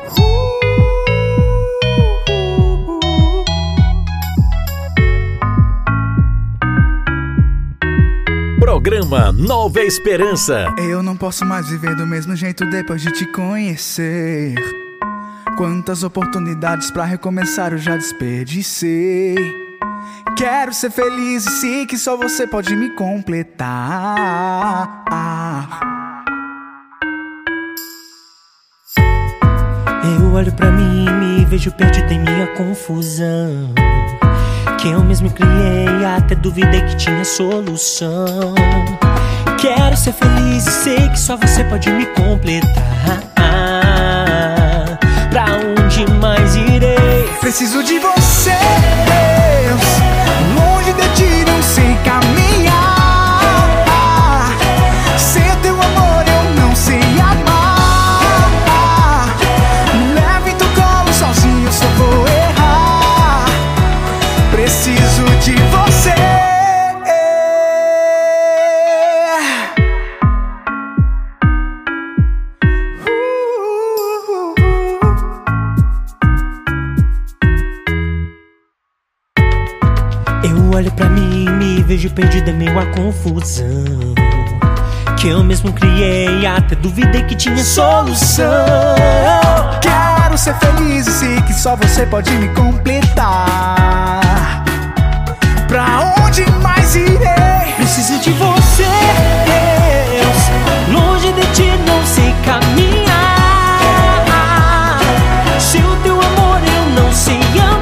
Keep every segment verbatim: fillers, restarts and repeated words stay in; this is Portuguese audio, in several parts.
Programa Nova Esperança. Eu não posso mais viver do mesmo jeito depois de te conhecer. Quantas oportunidades pra recomeçar eu já desperdicei. Quero ser feliz e sei que só você pode me completar. Eu olho pra mim e me vejo perdido em minha confusão, que eu mesmo criei, até duvidei que tinha solução. Quero ser feliz e sei que só você pode me completar. Pra onde mais irei? Preciso de você, Deus. Longe de ti não sei caminhar. Sem o teu amor eu não sei amar. Me leva em teu colo, sozinho eu só vou errar. Preciso de você. Eu olho pra mim e me vejo perdido em meio à confusão, que eu mesmo criei, até duvidei que tinha solução. Quero ser feliz e sei que só você pode me completar. Pra onde mais irei? Preciso de você, Deus. Longe de ti não sei caminhar. Se o teu amor eu não sei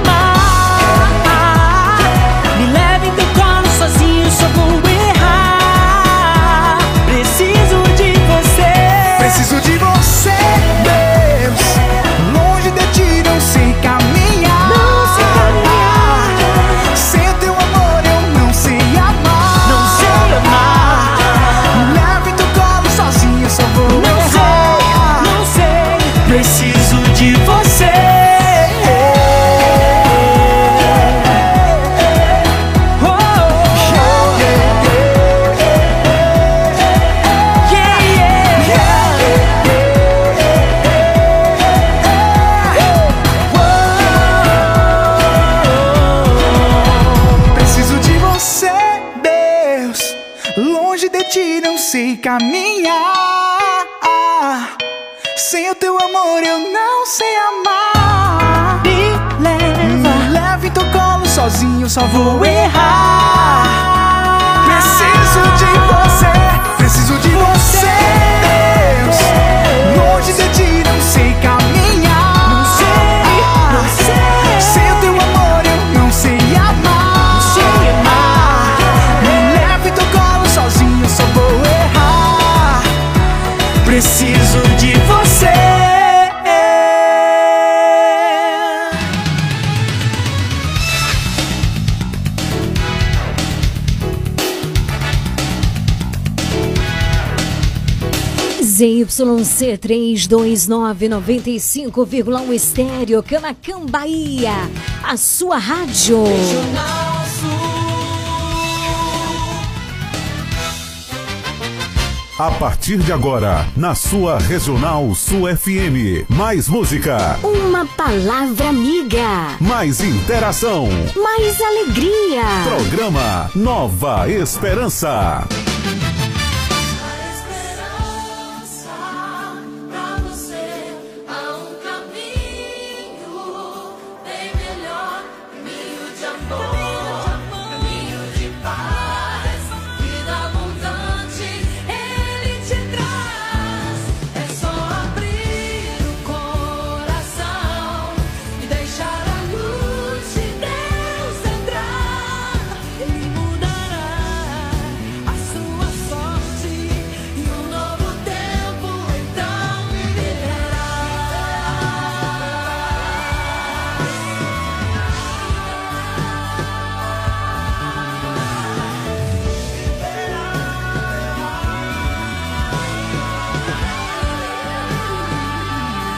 amar, me leva em teu colo, sozinho só vou errar. Preciso de você. Preciso de você, Deus. Longe de ti não sei caminhar. Não sei caminhar. Sem o teu amor eu não sei amar. Não sei amar. Me leva em teu colo, sozinho eu só vou Não errar. sei, não sei. Preciso de você. Oh, yeah, yeah. Preciso de você, Deus. Longe de ti não sei caminhar. Sem o teu amor eu não sei amar. Me leva. Me leva em teu colo, sozinho eu só vou errar. Preciso de você. Preciso de você, Deus. Longe de ti não sei caminhar. Não sei, não sei. Sem o teu amor eu não sei amar. Não sei amar. Me leva em teu colo, sozinho eu só vou errar. Preciso de você. Z Y C três dois nove noventa e cinco vírgula um Estéreo Camaquã, Bahia, a sua rádio. A partir de agora, na sua Regional Sul F M, mais música, Uma palavra amiga, mais interação, mais alegria. programa Nova Esperança.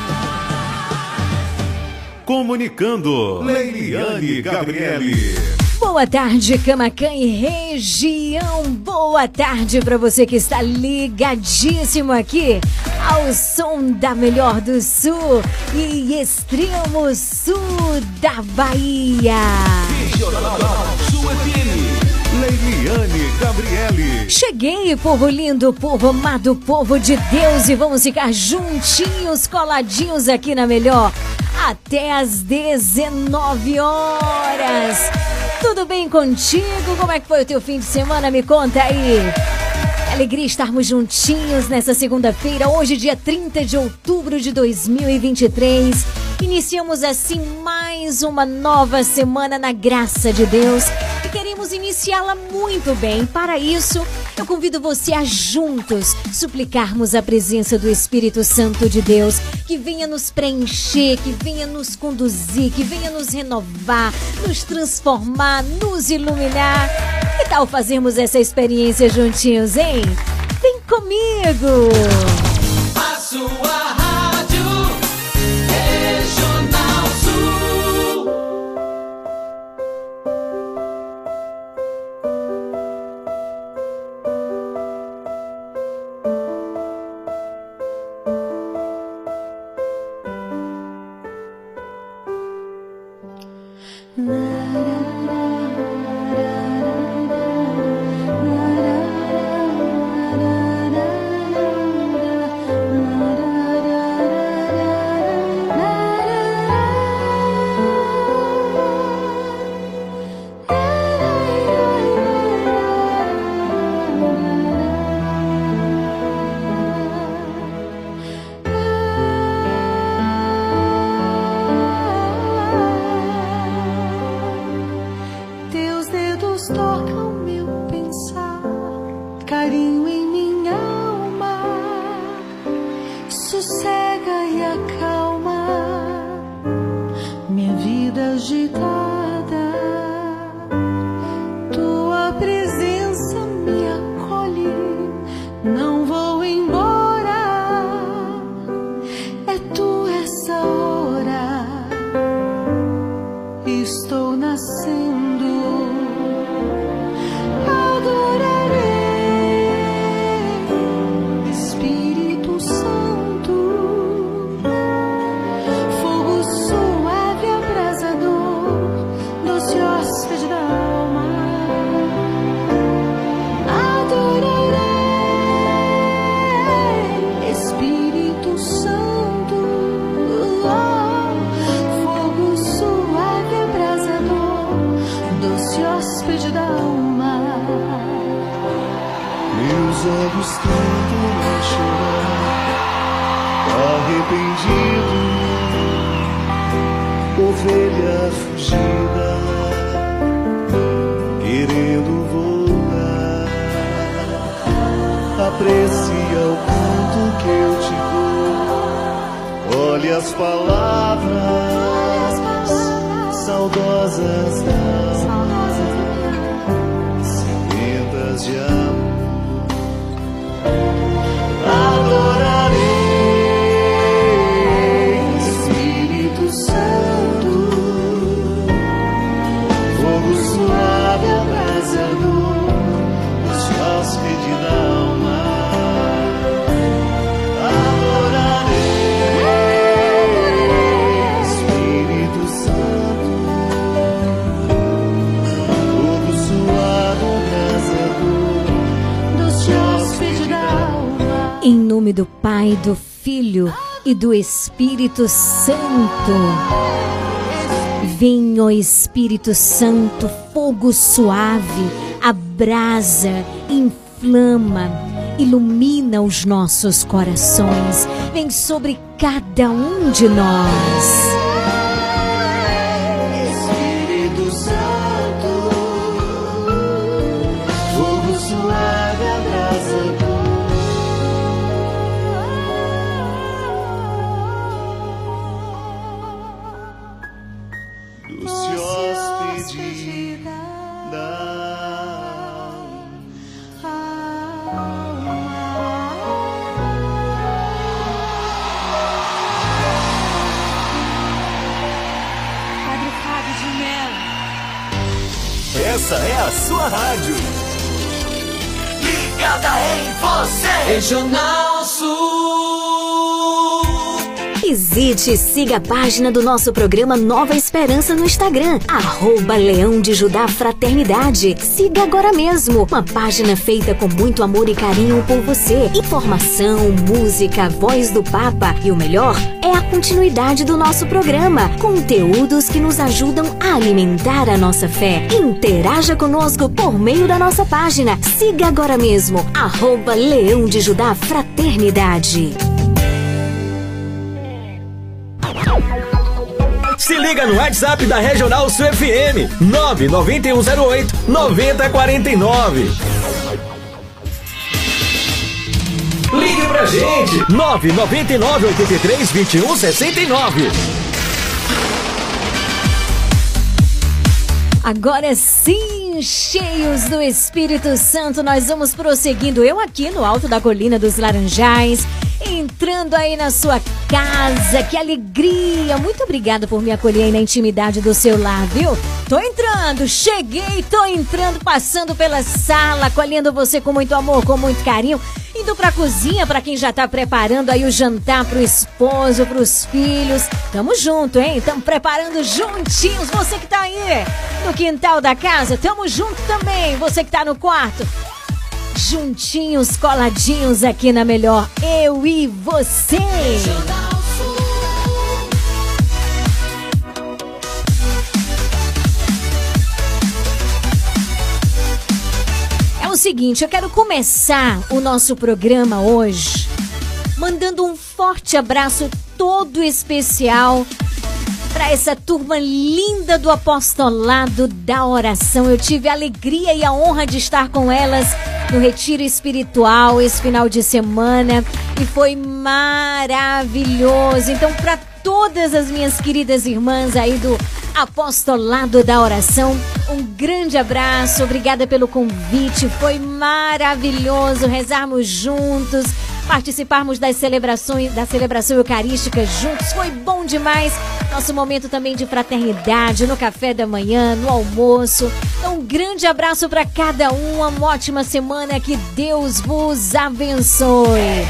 Comunicando, Leiliane Gabriele. Boa tarde, Camaquã e região. Boa tarde para você que está ligadíssimo aqui ao som da Melhor do Sul e extremo sul da Bahia. Regional Sul F M. Leiliane Gabriele. Cheguei, povo lindo, povo amado, povo de Deus, e vamos ficar juntinhos, coladinhos aqui na Melhor até às dezenove horas. Tudo bem contigo? Como é que foi o teu fim de semana? Me conta aí. Alegria estarmos juntinhos nessa segunda-feira, hoje dia trinta de outubro de dois mil e vinte e três. Iniciamos assim mais uma nova semana na graça de Deus e queremos iniciá-la muito bem. Para isso, eu convido você a juntos suplicarmos a presença do Espírito Santo de Deus, que venha nos preencher, que venha nos conduzir, que venha nos renovar, nos transformar, nos iluminar. Que tal fazermos essa experiência juntinhos, hein? Vem comigo! A sua rádio Regional Sul. Do Pai, do Filho e do Espírito Santo. Vem, ó Espírito Santo, fogo suave, abrasa, inflama, ilumina os nossos corações. Vem sobre cada um de nós. Espírito Santo, fogo suave, abrasador. Essa é a sua rádio. Ligada em você. Regional Sul. Visite e siga a página do nosso programa Nova Esperança no Instagram, arroba Leão de Judá Fraternidade. Siga agora mesmo, uma página feita com muito amor e carinho por você. Informação, música, voz do Papa e o melhor é a continuidade do nosso programa. Conteúdos que nos ajudam a alimentar a nossa fé. Interaja conosco por meio da nossa página. Siga agora mesmo, arroba Leão de Judá Fraternidade. Se liga no WhatsApp da Regional Sul F M, nove nove um zero oito nove zero quatro nove. Ligue pra gente, nove nove nove oito três dois um seis nove. Agora sim, cheios do Espírito Santo, nós vamos prosseguindo. Eu aqui no alto da Colina dos Laranjais, entrando aí na sua casa. Que alegria! Muito obrigada por me acolher aí na intimidade do seu lar, viu? Tô entrando, cheguei, tô entrando, passando pela sala, acolhendo você com muito amor, com muito carinho. Indo pra cozinha, pra quem já tá preparando aí o jantar pro esposo, pros filhos. Tamo junto, hein? Tamo preparando juntinhos. Você que tá aí no quintal da casa, tamo junto também. Você que tá no quarto, juntinhos, coladinhos aqui na Melhor. Eu e você. É o seguinte, eu quero começar o nosso programa hoje mandando um forte abraço todo especial para essa turma linda do apostolado da oração. Eu tive a alegria e a honra de estar com elas no retiro espiritual esse final de semana e foi maravilhoso. Então, para todas as minhas queridas irmãs aí do apostolado da oração, um grande abraço, obrigada pelo convite, foi maravilhoso rezarmos juntos, participarmos das celebrações, da celebração eucarística juntos, foi bom demais. Nosso momento também de fraternidade, no café da manhã, no almoço. Então, um grande abraço para cada um, uma ótima semana, que Deus vos abençoe.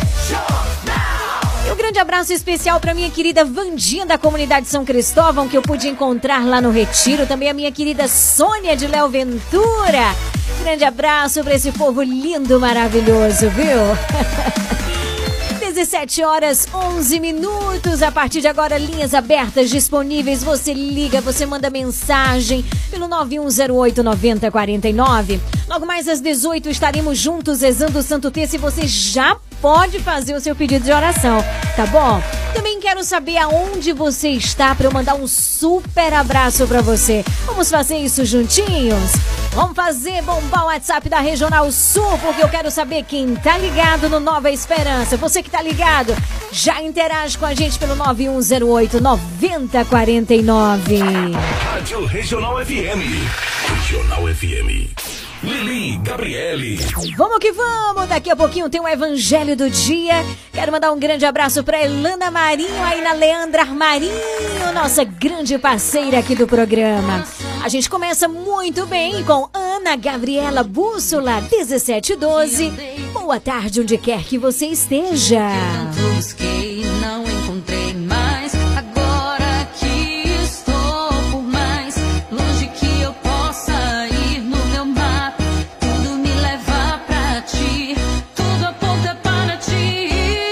E um grande abraço especial para minha querida Vandinha da comunidade São Cristóvão, que eu pude encontrar lá no retiro. Também a minha querida Sônia de Léo Ventura. Grande abraço para esse povo lindo, maravilhoso, viu? dezessete horas, onze minutos. A partir de agora, linhas abertas disponíveis. Você liga, você manda mensagem pelo nove um zero oito nove zero quatro nove. Logo mais às dezoito estaremos juntos rezando o Santo Terço e você já pode fazer o seu pedido de oração, tá bom? Também quero saber aonde você está para eu mandar um super abraço para você. Vamos fazer isso juntinhos? Vamos fazer bombar o WhatsApp da Regional Sul, porque eu quero saber quem tá ligado no Nova Esperança. Você que tá ligado, já interage com a gente pelo nove um zero oito nove zero quatro nove. Rádio Regional F M. Regional F M. Lili Gabriele. Vamos que vamos, daqui a pouquinho tem o Evangelho do Dia. Quero mandar um grande abraço para Elana Marinho, aí na Leandra Armarinho, nossa grande parceira aqui do programa. A gente começa muito bem com Ana Gabriela Bússola, dezessete e doze. Boa tarde, onde quer que você esteja. Tanto busquei, não encontrei mais. Agora que estou por mais longe que eu possa ir no meu mapa, tudo me leva pra ti, tudo aponta para ti.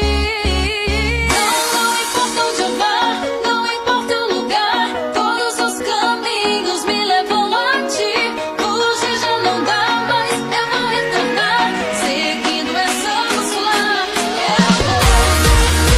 Não, não importa onde eu vá, não importa o lugar, todos os caminhos me levam a ti. Fugir já não dá, mas eu vou retornar, seguindo essa bússola. Eu vou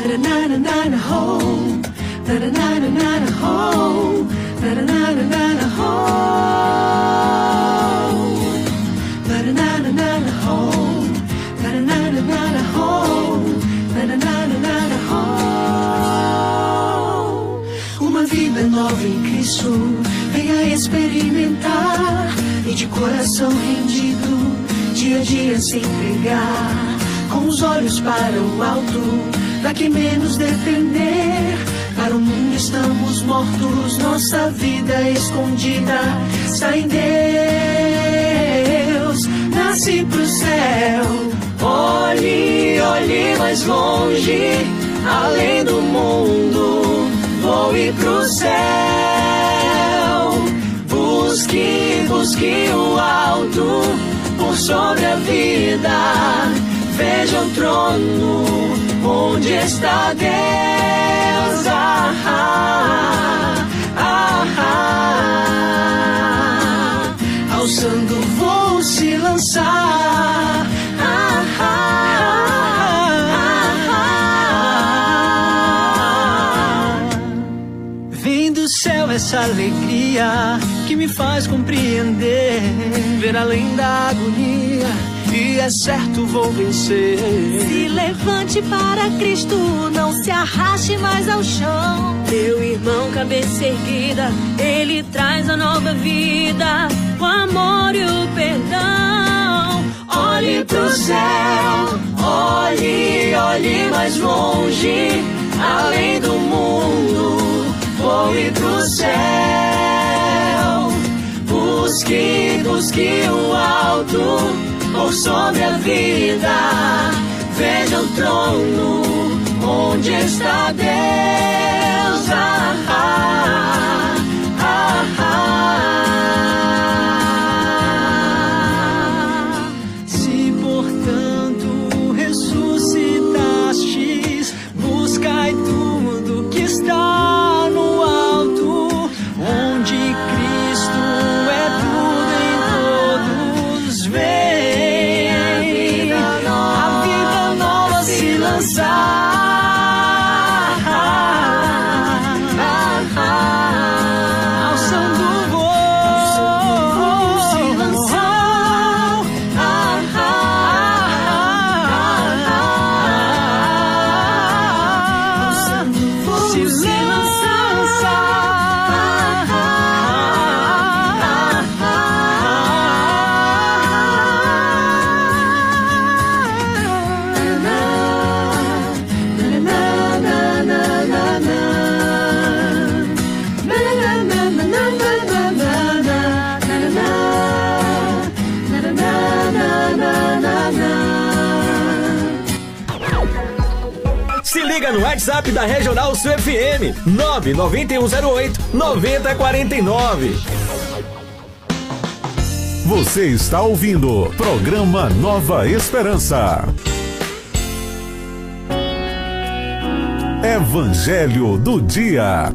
home, home, uma vida nova em Cristo, venha experimentar e de coração rendido, dia a dia se entregar, com os olhos para o alto, pra que menos depender. Para o mundo estamos mortos, nossa vida escondida está em Deus. Nasci pro céu, olhe, olhe mais longe, além do mundo, voe pro céu. Busque, busque o alto, por sobre a vida, veja o trono, onde está Deus. Ah, ah, ah, ah, alçando vou se lançar. Ah, ah, ah, ah, vem do céu essa alegria que me faz compreender, ver além da agonia, e é certo vou vencer. Se levante para Cristo, não se arraste mais ao chão. Meu irmão, cabeça erguida, Ele traz a nova vida, o amor e o perdão. Olhe pro céu, olhe, olhe mais longe, além do mundo, voe pro céu. Busque, busque o alto, por sobre a vida, veja o trono, onde está Deus. Ah, ah, ah, ah. Se portanto ressuscitastes, buscai tudo que está no alto, onde Cristo é tudo em todos. Vem a vida nova se lançar. Liga no WhatsApp da Regional Sul F M, nove nove um zero oito, nove zero quatro nove. Você está ouvindo programa Nova Esperança. Evangelho do Dia.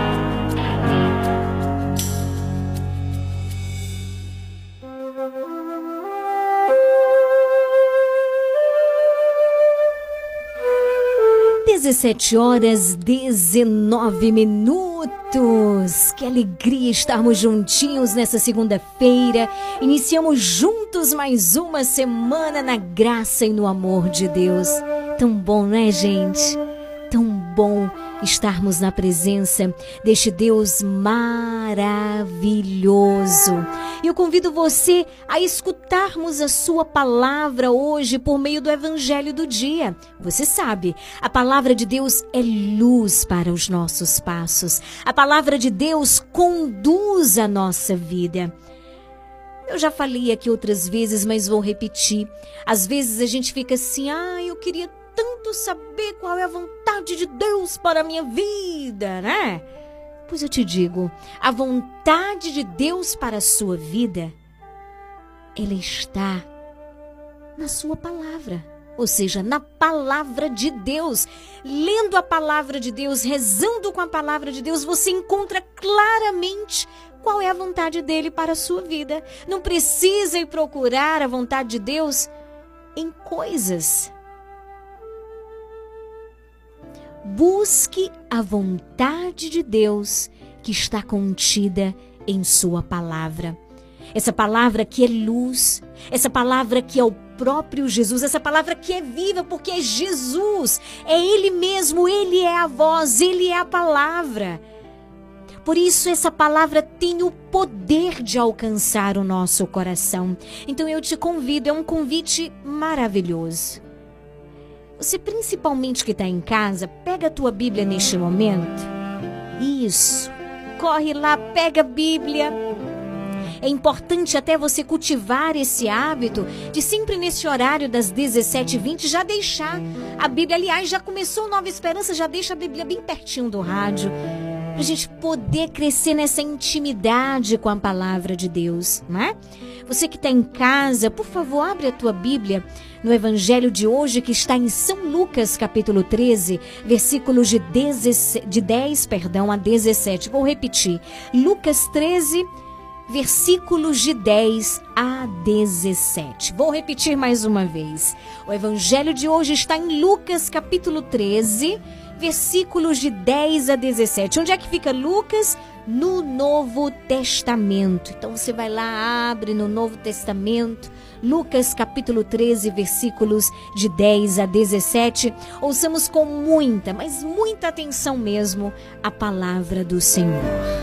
dezessete horas, dezenove minutos. Que alegria estarmos juntinhos nessa segunda-feira. Iniciamos juntos mais uma semana na graça e no amor de Deus. Tão bom, né, gente? Tão bom estarmos na presença deste Deus maravilhoso. E eu convido você a escutarmos a sua palavra hoje por meio do Evangelho do Dia. Você sabe, a palavra de Deus é luz para os nossos passos. A palavra de Deus conduz a nossa vida. Eu já falei aqui outras vezes, mas vou repetir. Às vezes a gente fica assim, ah, eu queria tanto saber qual é a vontade de Deus para a minha vida, né? Pois eu te digo, a vontade de Deus para a sua vida, ela está na sua palavra. Ou seja, na palavra de Deus. Lendo a palavra de Deus, rezando com a palavra de Deus, você encontra claramente qual é a vontade dele para a sua vida. Não precisa ir procurar a vontade de Deus em coisas. Busque a vontade de Deus que está contida em sua palavra. Essa palavra que é luz, essa palavra que é o próprio Jesus, essa palavra que é viva, porque é Jesus, é Ele mesmo, Ele é a voz, Ele é a palavra. Por isso essa palavra tem o poder de alcançar o nosso coração. Então eu te convido, é um convite maravilhoso. Você principalmente que está em casa, pega a tua Bíblia neste momento. Isso, corre lá, pega a Bíblia. É importante até você cultivar esse hábito de sempre nesse horário das dezessete e vinte já deixar a Bíblia. Aliás, já começou Nova Esperança, já deixa a Bíblia bem pertinho do rádio, para a gente poder crescer nessa intimidade com a palavra de Deus, né? Você que está em casa, por favor, abre a tua Bíblia no Evangelho de hoje, que está em São Lucas, capítulo treze, versículos de, dezessete, de dez perdão, a dezessete. Vou repetir. Lucas treze, versículos de dez a dezessete. Vou repetir mais uma vez. O Evangelho de hoje está em Lucas, capítulo treze, versículos de dez a dezessete. Onde é que fica Lucas? No Novo Testamento. Então você vai lá, abre no Novo Testamento, Lucas capítulo treze, versículos de dez a dezessete. Ouçamos com muita, mas muita atenção mesmo a palavra do Senhor.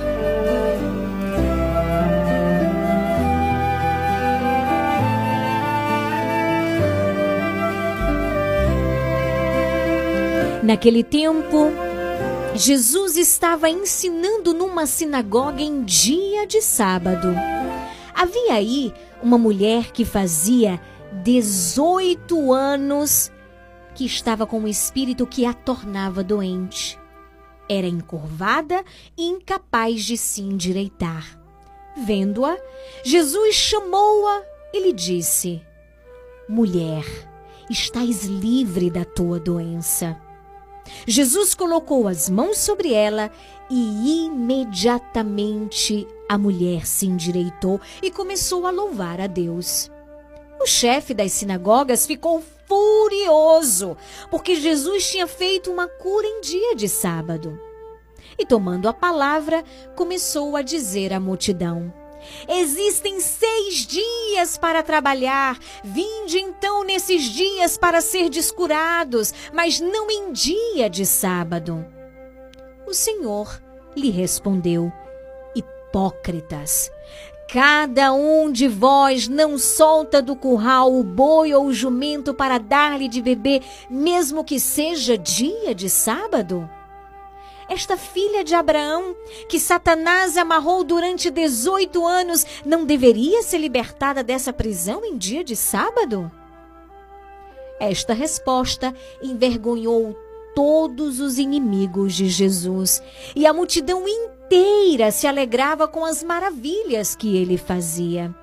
Naquele tempo, Jesus estava ensinando numa sinagoga em dia de sábado. Havia aí uma mulher que fazia dezoito anos que estava com um espírito que a tornava doente. Era encurvada e incapaz de se endireitar. Vendo-a, Jesus chamou-a e lhe disse: Mulher, estás livre da tua doença. Jesus colocou as mãos sobre ela e imediatamente a mulher se endireitou e começou a louvar a Deus. O chefe das sinagogas ficou furioso, porque Jesus tinha feito uma cura em dia de sábado. E tomando a palavra, começou a dizer à multidão: Existem seis dias para trabalhar. Vinde então nesses dias para ser descurados, mas não em dia de sábado. O Senhor lhe respondeu: Hipócritas, cada um de vós não solta do curral o boi ou o jumento para dar-lhe de beber, mesmo que seja dia de sábado? Esta filha de Abraão, que Satanás amarrou durante dezoito anos, não deveria ser libertada dessa prisão em dia de sábado? Esta resposta envergonhou todos os inimigos de Jesus, e a multidão inteira se alegrava com as maravilhas que ele fazia.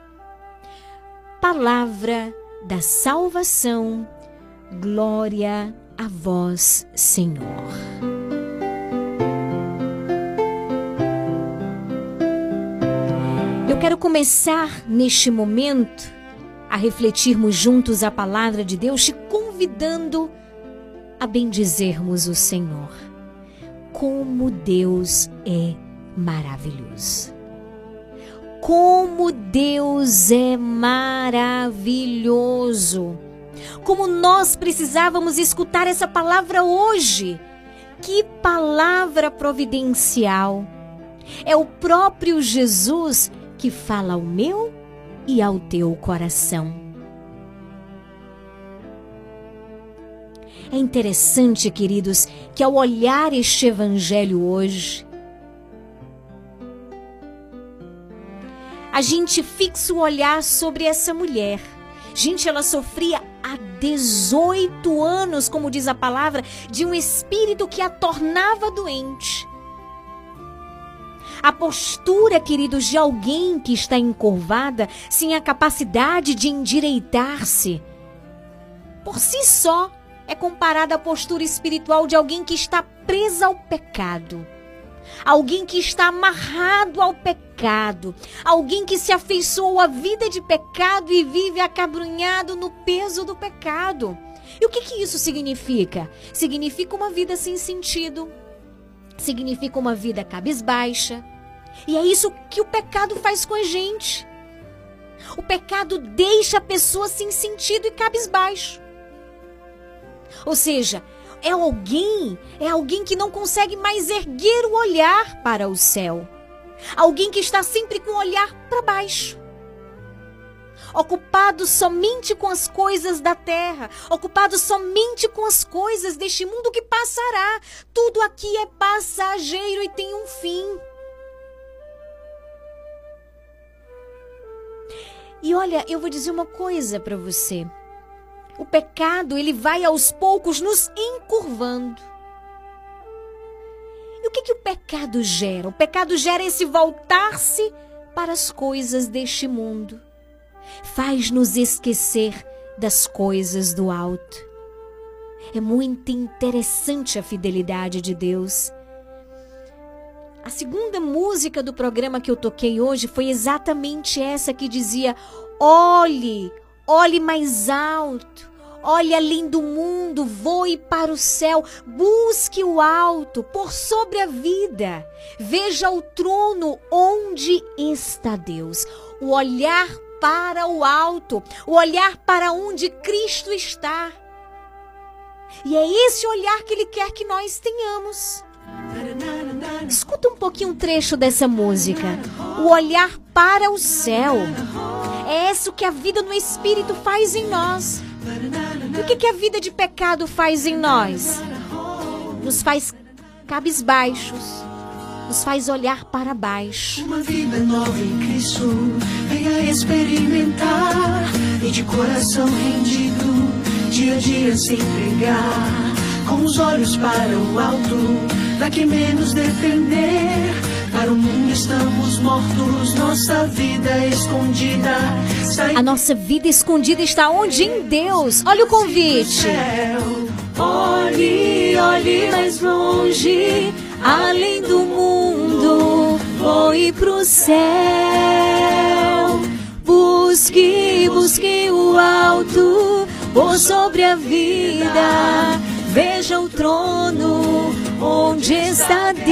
Palavra da salvação, glória a vós, Senhor. Eu quero começar neste momento a refletirmos juntos a palavra de Deus, te convidando a bendizermos o Senhor. Como Deus é maravilhoso. Como Deus é maravilhoso. Como nós precisávamos escutar essa palavra hoje. Que palavra providencial. É o próprio Jesus que fala ao meu e ao teu coração. É interessante, queridos, que ao olhar este evangelho hoje, a gente fixa o olhar sobre essa mulher. Gente, ela sofria há dezoito anos, como diz a palavra, de um espírito que a tornava doente. A postura, queridos, de alguém que está encurvada, sem a capacidade de endireitar-se, por si só, é comparada à postura espiritual de alguém que está presa ao pecado. Alguém que está amarrado ao pecado. Alguém que se afeiçoou à vida de pecado e vive acabrunhado no peso do pecado. E o que que isso significa? Significa uma vida sem sentido. Significa uma vida cabisbaixa. E é isso que o pecado faz com a gente. O pecado deixa a pessoa sem sentido e cabisbaixo. Ou seja, é alguém, é alguém que não consegue mais erguer o olhar para o céu. Alguém que está sempre com o olhar para baixo. Ocupado somente com as coisas da terra, ocupado somente com as coisas deste mundo que passará. Tudo aqui é passageiro e tem um fim. E olha, eu vou dizer uma coisa para você. O pecado, ele vai aos poucos nos encurvando. E o que que o pecado gera? O pecado gera esse voltar-se para as coisas deste mundo. Faz-nos esquecer das coisas do alto. É muito interessante a fidelidade de Deus. A segunda música do programa que eu toquei hoje foi exatamente essa que dizia: olhe, olhe mais alto, olhe além do mundo, voe para o céu, busque o alto, por sobre a vida, veja o trono onde está Deus. O olhar para o alto, o olhar para onde Cristo está. E é esse olhar que Ele quer que nós tenhamos. Escuta um pouquinho um trecho dessa música. O olhar para o céu. É isso que a vida no Espírito faz em nós. E o que, que a vida de pecado faz em nós? Nos faz cabisbaixos, nos faz olhar para baixo. Uma vida nova em Cristo, venha experimentar, e de coração rendido, dia a dia se entregar, com os olhos para o alto, pra que menos depender. Para o mundo estamos mortos, nossa vida escondida está em... A nossa vida escondida está onde? Em Deus. Olha o convite. Olhe, olhe mais longe, Além do mundo, voe pro céu. Busque, busque o alto, por sobre a vida. Veja o trono onde está Deus.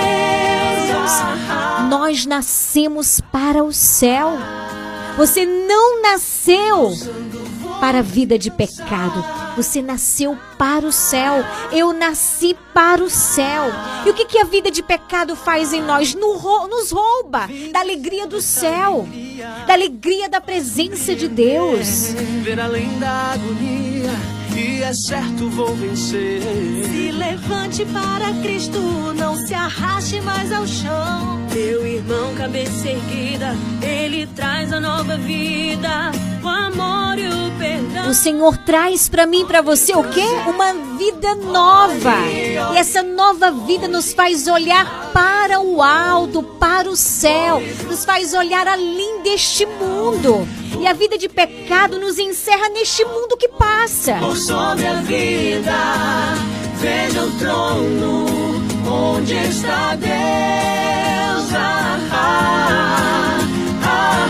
Nós nascemos para o céu. Você não nasceu para a vida de pecado. Você nasceu para o céu. Eu nasci para o céu. E o que, que a vida de pecado faz em nós? Nos rouba da alegria do céu, da alegria da presença de Deus. ver além da agonia, e é certo vou vencer. Se levante para Cristo, não se arraste mais ao chão. Meu irmão, cabeça erguida, Ele traz a nova vida, o amor e o perdão. O Senhor traz para mim e para você o quê? Uma vida nova. E essa nova vida nos faz olhar para o alto, para o céu. Nos faz olhar além deste mundo. E a vida de pecado nos encerra neste mundo que passa. Por sobre a vida, veja o trono onde está Deus. Ah, ah, ah,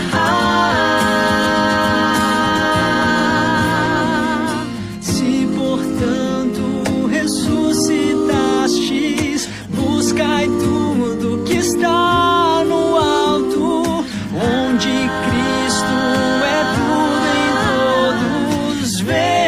ah. Se portanto ressuscitastes, buscai tudo que está no alto, onde Cristo é tudo em todos.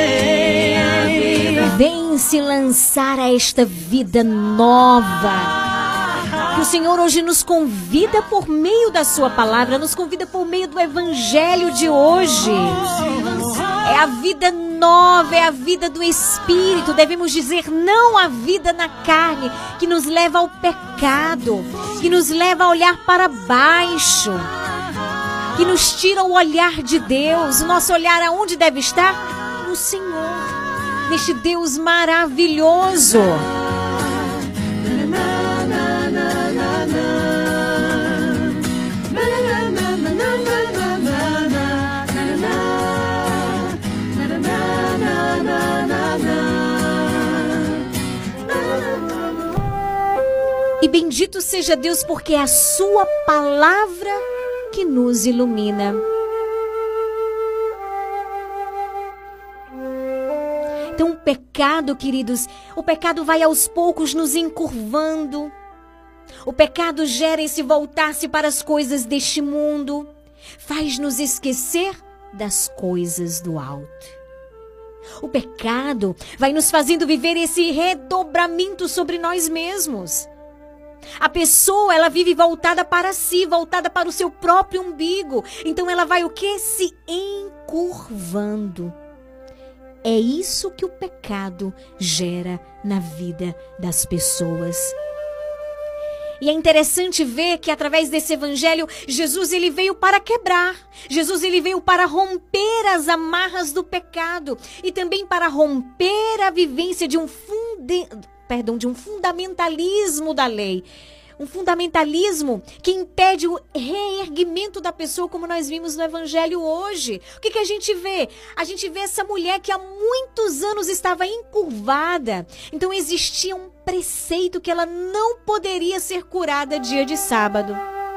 Vem, Vem se lançar a esta vida nova. Que o Senhor hoje nos convida por meio da sua palavra, nos convida por meio do evangelho de hoje. É a vida nova, é a vida do Espírito. Devemos dizer não à vida na carne, que nos leva ao pecado, que nos leva a olhar para baixo, que nos tira o olhar de Deus. O nosso olhar aonde deve estar? No Senhor, neste Deus maravilhoso. E bendito seja Deus, porque é a sua palavra que nos ilumina. pecado, queridos, o pecado vai aos poucos nos encurvando. O pecado gera esse voltar-se para as coisas deste mundo. Faz-nos esquecer das coisas do alto. O pecado vai nos fazendo viver esse redobramento sobre nós mesmos. A pessoa, ela vive voltada para si, voltada para o seu próprio umbigo. Então ela vai o quê? Se encurvando. É isso que o pecado gera na vida das pessoas. E é interessante ver que através desse evangelho, Jesus ele veio para quebrar. Jesus ele veio para romper as amarras do pecado e também para romper a vivência de um funde... perdão, de um fundamentalismo da lei. Um fundamentalismo que impede o reerguimento da pessoa, como nós vimos no evangelho hoje. O que, que a gente vê? A gente vê essa mulher que há muitos anos estava encurvada. Então existia um preceito que ela não poderia ser curada dia de sábado.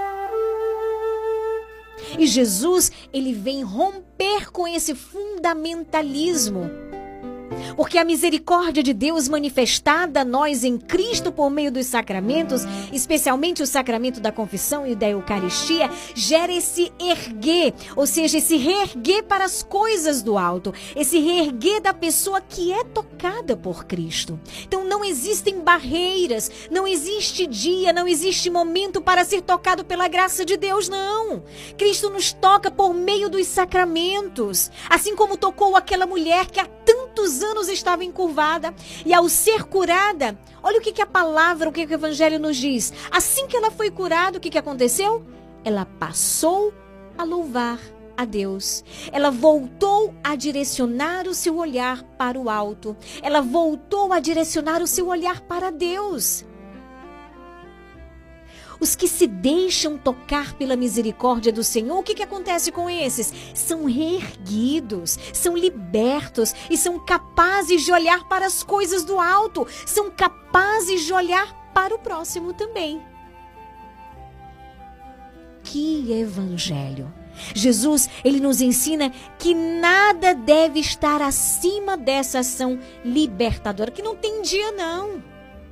E Jesus, ele vem romper com esse fundamentalismo. Porque a misericórdia de Deus manifestada a nós em Cristo por meio dos sacramentos, especialmente o sacramento da confissão e da Eucaristia, gera esse erguer, ou seja, esse reerguer para as coisas do alto, esse reerguer da pessoa que é tocada por Cristo. Então não existem barreiras, não existe dia, não existe momento para ser tocado pela graça de Deus, não. Cristo nos toca por meio dos sacramentos, assim como tocou aquela mulher que há tantos anos estava encurvada e ao ser curada, olha o que, que a palavra, o que, que o evangelho nos diz. Assim que ela foi curada, o que, que aconteceu? Ela passou a louvar a Deus. Ela voltou a direcionar o seu olhar para o alto. Ela voltou a direcionar o seu olhar para Deus. Os que se deixam tocar pela misericórdia do Senhor, o que, que acontece com esses? São reerguidos, são libertos e são capazes de olhar para as coisas do alto, são capazes de olhar para o próximo também. Que evangelho! Jesus, ele nos ensina que nada deve estar acima dessa ação libertadora, que não tem dia não.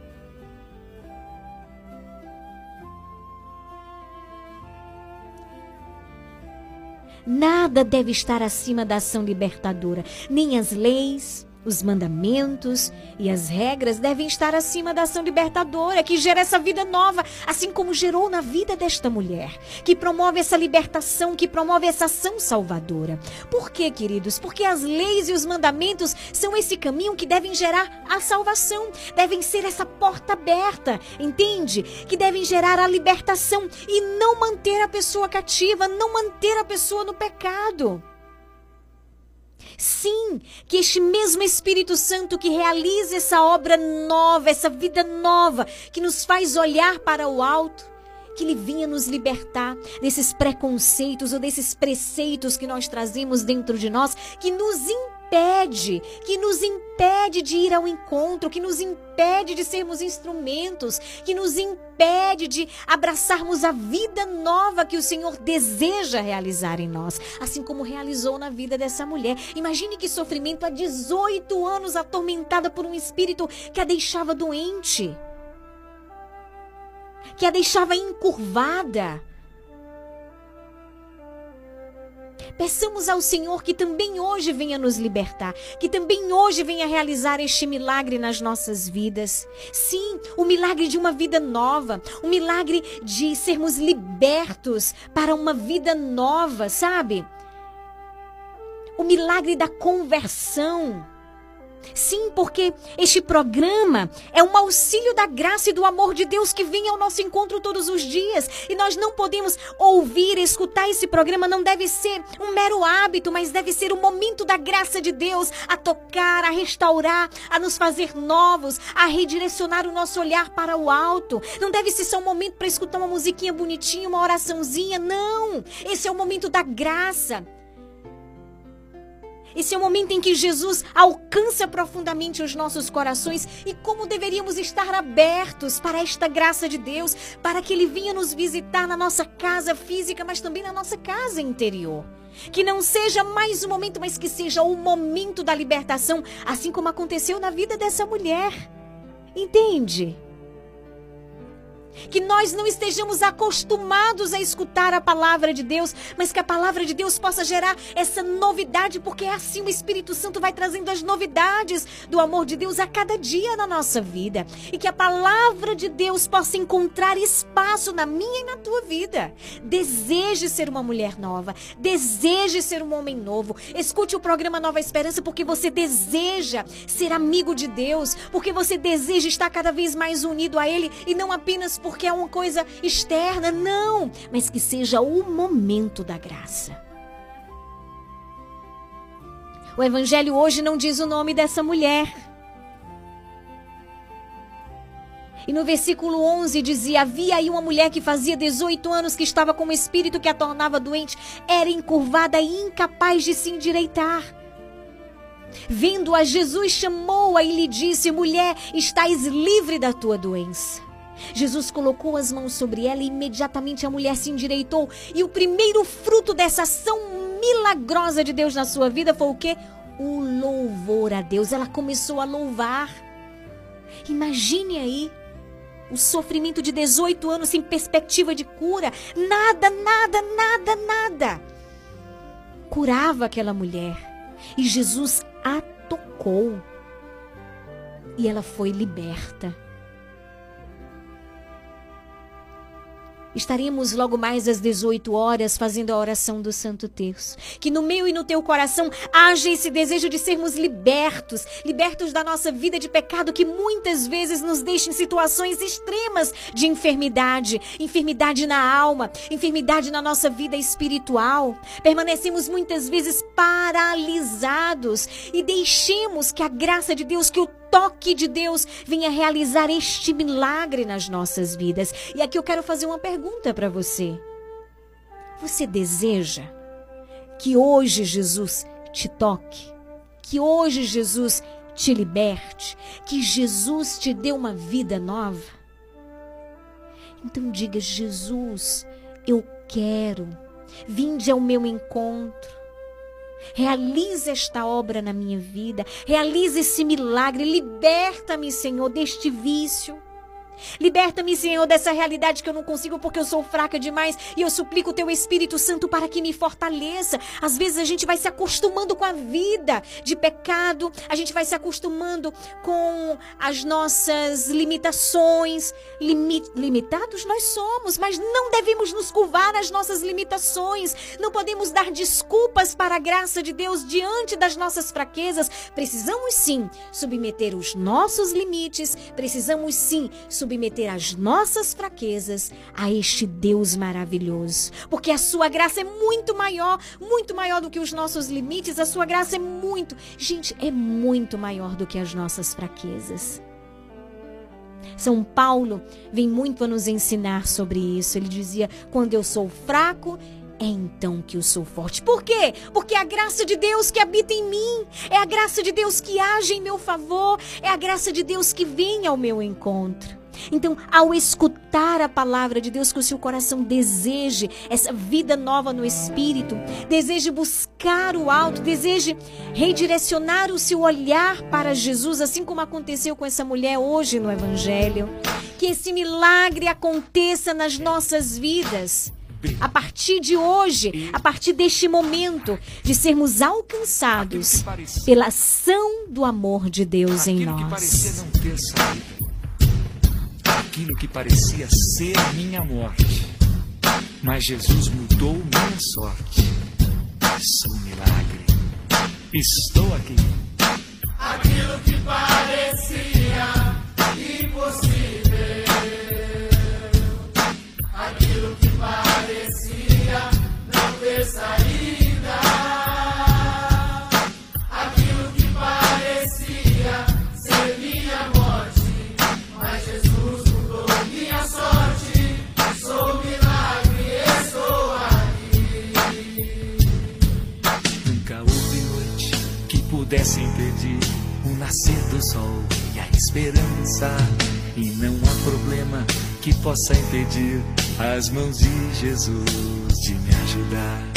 Nada deve estar acima da ação libertadora. Nem as leis, os mandamentos e as regras devem estar acima da ação libertadora, que gera essa vida nova, assim como gerou na vida desta mulher, que promove essa libertação, que promove essa ação salvadora. Por quê, queridos? Porque as leis e os mandamentos são esse caminho que devem gerar a salvação, devem ser essa porta aberta, entende? Que devem gerar a libertação e não manter a pessoa cativa, não manter a pessoa no pecado. Sim, que este mesmo Espírito Santo que realiza essa obra nova, essa vida nova, que nos faz olhar para o alto, que Ele vinha nos libertar desses preconceitos ou desses preceitos que nós trazemos dentro de nós, que nos impede, que nos impede de ir ao encontro, que nos impede de sermos instrumentos, que nos impede de abraçarmos a vida nova que o Senhor deseja realizar em nós, assim como realizou na vida dessa mulher. Imagine que sofrimento, há dezoito anos atormentada por um espírito que a deixava doente, que a deixava encurvada. Peçamos ao Senhor que também hoje venha nos libertar, que também hoje venha realizar este milagre nas nossas vidas. Sim, o milagre de uma vida nova, o milagre de sermos libertos para uma vida nova, sabe? O milagre da conversão. Sim, porque este programa é um auxílio da graça e do amor de Deus que vem ao nosso encontro todos os dias. E nós não podemos ouvir, escutar esse programa, não deve ser um mero hábito, mas deve ser o momento da graça de Deus a tocar, a restaurar, a nos fazer novos, a redirecionar o nosso olhar para o alto. Não deve ser só um momento para escutar uma musiquinha bonitinha, uma oraçãozinha, não. Esse é o momento da graça. Esse é o momento em que Jesus alcança profundamente os nossos corações e como deveríamos estar abertos para esta graça de Deus, para que Ele venha nos visitar na nossa casa física, mas também na nossa casa interior. Que não seja mais um momento, mas que seja o momento da libertação, assim como aconteceu na vida dessa mulher. Entende? Que nós não estejamos acostumados a escutar a palavra de Deus, mas que a palavra de Deus possa gerar essa novidade, porque assim o Espírito Santo vai trazendo as novidades do amor de Deus a cada dia na nossa vida. E que a palavra de Deus possa encontrar espaço na minha e na tua vida. Deseje ser uma mulher nova, deseje ser um homem novo. Escute o programa Nova Esperança porque você deseja ser amigo de Deus, porque você deseja estar cada vez mais unido a Ele e não apenas porque é uma coisa externa, não, mas que seja o momento da graça. O Evangelho hoje não diz o nome dessa mulher. E no versículo onze dizia: havia aí uma mulher que fazia dezoito anos que estava com um espírito que a tornava doente, era encurvada e incapaz de se endireitar. Vendo-a, Jesus chamou-a e lhe disse: mulher, estás livre da tua doença. Jesus colocou as mãos sobre ela e imediatamente a mulher se endireitou. E o primeiro fruto dessa ação milagrosa de Deus na sua vida foi o quê? O louvor a Deus. Ela começou a louvar. Imagine aí o sofrimento de dezoito anos sem perspectiva de cura. Nada, nada, nada, nada curava aquela mulher. E Jesus a tocou. E ela foi liberta. Estaremos logo mais às dezoito horas fazendo a oração do Santo Terço. Que no meu e no teu coração haja esse desejo de sermos libertos, libertos da nossa vida de pecado que muitas vezes nos deixa em situações extremas de enfermidade, enfermidade na alma, enfermidade na nossa vida espiritual. Permanecemos muitas vezes paralisados e deixemos que a graça de Deus, que o toque de Deus venha realizar este milagre nas nossas vidas. E aqui eu quero fazer uma pergunta para você. Você deseja que hoje Jesus te toque? Que hoje Jesus te liberte? Que Jesus te dê uma vida nova? Então diga: Jesus, eu quero. Vinde ao meu encontro. Realiza esta obra na minha vida. Realiza esse milagre. Liberta-me, Senhor, deste vício. Liberta-me, Senhor, dessa realidade que eu não consigo porque eu sou fraca demais. E eu suplico o Teu Espírito Santo para que me fortaleça. Às vezes a gente vai se acostumando com a vida de pecado. A gente vai se acostumando com as nossas limitações. Limi- limitados nós somos, mas não devemos nos curvar às nossas limitações. Não podemos dar desculpas para a graça de Deus diante das nossas fraquezas. Precisamos sim submeter os nossos limites. Precisamos sim submeter submeter as nossas fraquezas a este Deus maravilhoso, porque a sua graça é muito maior, muito maior do que os nossos limites. A sua graça é muito, gente, é muito maior do que as nossas fraquezas. São Paulo vem muito a nos ensinar sobre isso. Ele dizia: quando eu sou fraco, é então que eu sou forte. Por quê? Porque é a graça de Deus que habita em mim. É a graça de Deus que age em meu favor. É a graça de Deus que vem ao meu encontro. Então, ao escutar a palavra de Deus, que o seu coração deseje essa vida nova no Espírito, deseje buscar o alto, deseje redirecionar o seu olhar para Jesus, assim como aconteceu com essa mulher hoje no Evangelho. Que esse milagre aconteça nas nossas vidas. A partir de hoje, a partir deste momento, de sermos alcançados pela ação do amor de Deus em nós. Aquilo que parecia ser minha morte, mas Jesus mudou minha sorte. Sou um milagre, estou aqui. Aquilo que parecia impossível, aquilo que parecia não ter saída, aquilo que parecia ser minha morte, mas Jesus mudou minha sorte. Sou um milagre, estou aqui. Nunca houve noite que pudesse impedir o nascer do sol e a esperança. E não há problema que possa impedir as mãos de Jesus de me ajudar.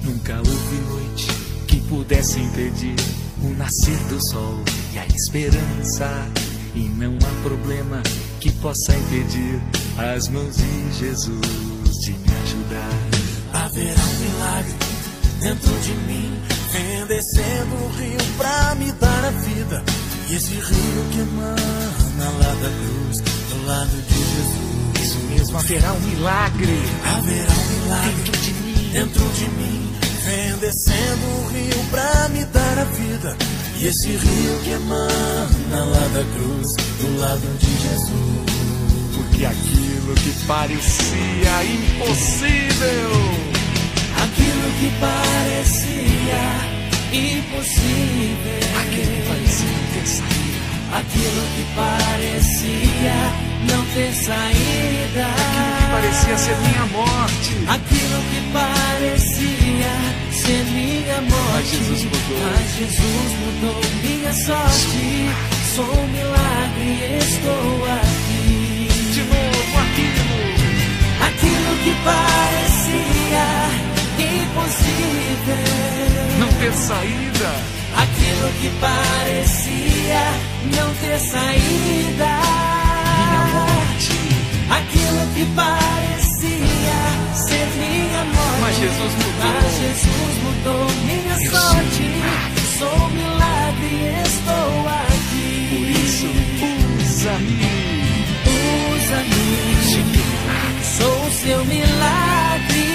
Nunca houve noite que pudesse impedir o nascer do sol e a esperança. E não há problema que possa impedir as mãos de Jesus de me ajudar. Haverá um milagre dentro de mim, vem descendo um rio pra me dar a vida. E esse rio que emana lá da cruz, do lado de Jesus. Isso mesmo, haverá um milagre. Haverá um milagre dentro de mim, dentro de mim, vem descendo um rio pra me dar a vida. E esse rio que emana lá da cruz, do lado de Jesus. Porque aquilo que parecia impossível, aquilo que parecia impossível, aquilo que parecia não ter saída, aquilo que parecia não ter saída, aquilo que parecia ser minha morte, aquilo que parecia ser minha morte, mas Jesus mudou, mas Jesus mudou minha sorte. Sou um milagre, estou aqui. De novo aquilo, aquilo que parecia impossível, não ter saída, aquilo que parecia não ter saída, minha morte, aquilo que parecia ser minha morte, mas Jesus mudou, mas Jesus mudou minha eu sorte. Sou sou um milagre, estou aqui. Por isso, usa-me, usa-me, sou o seu milagre.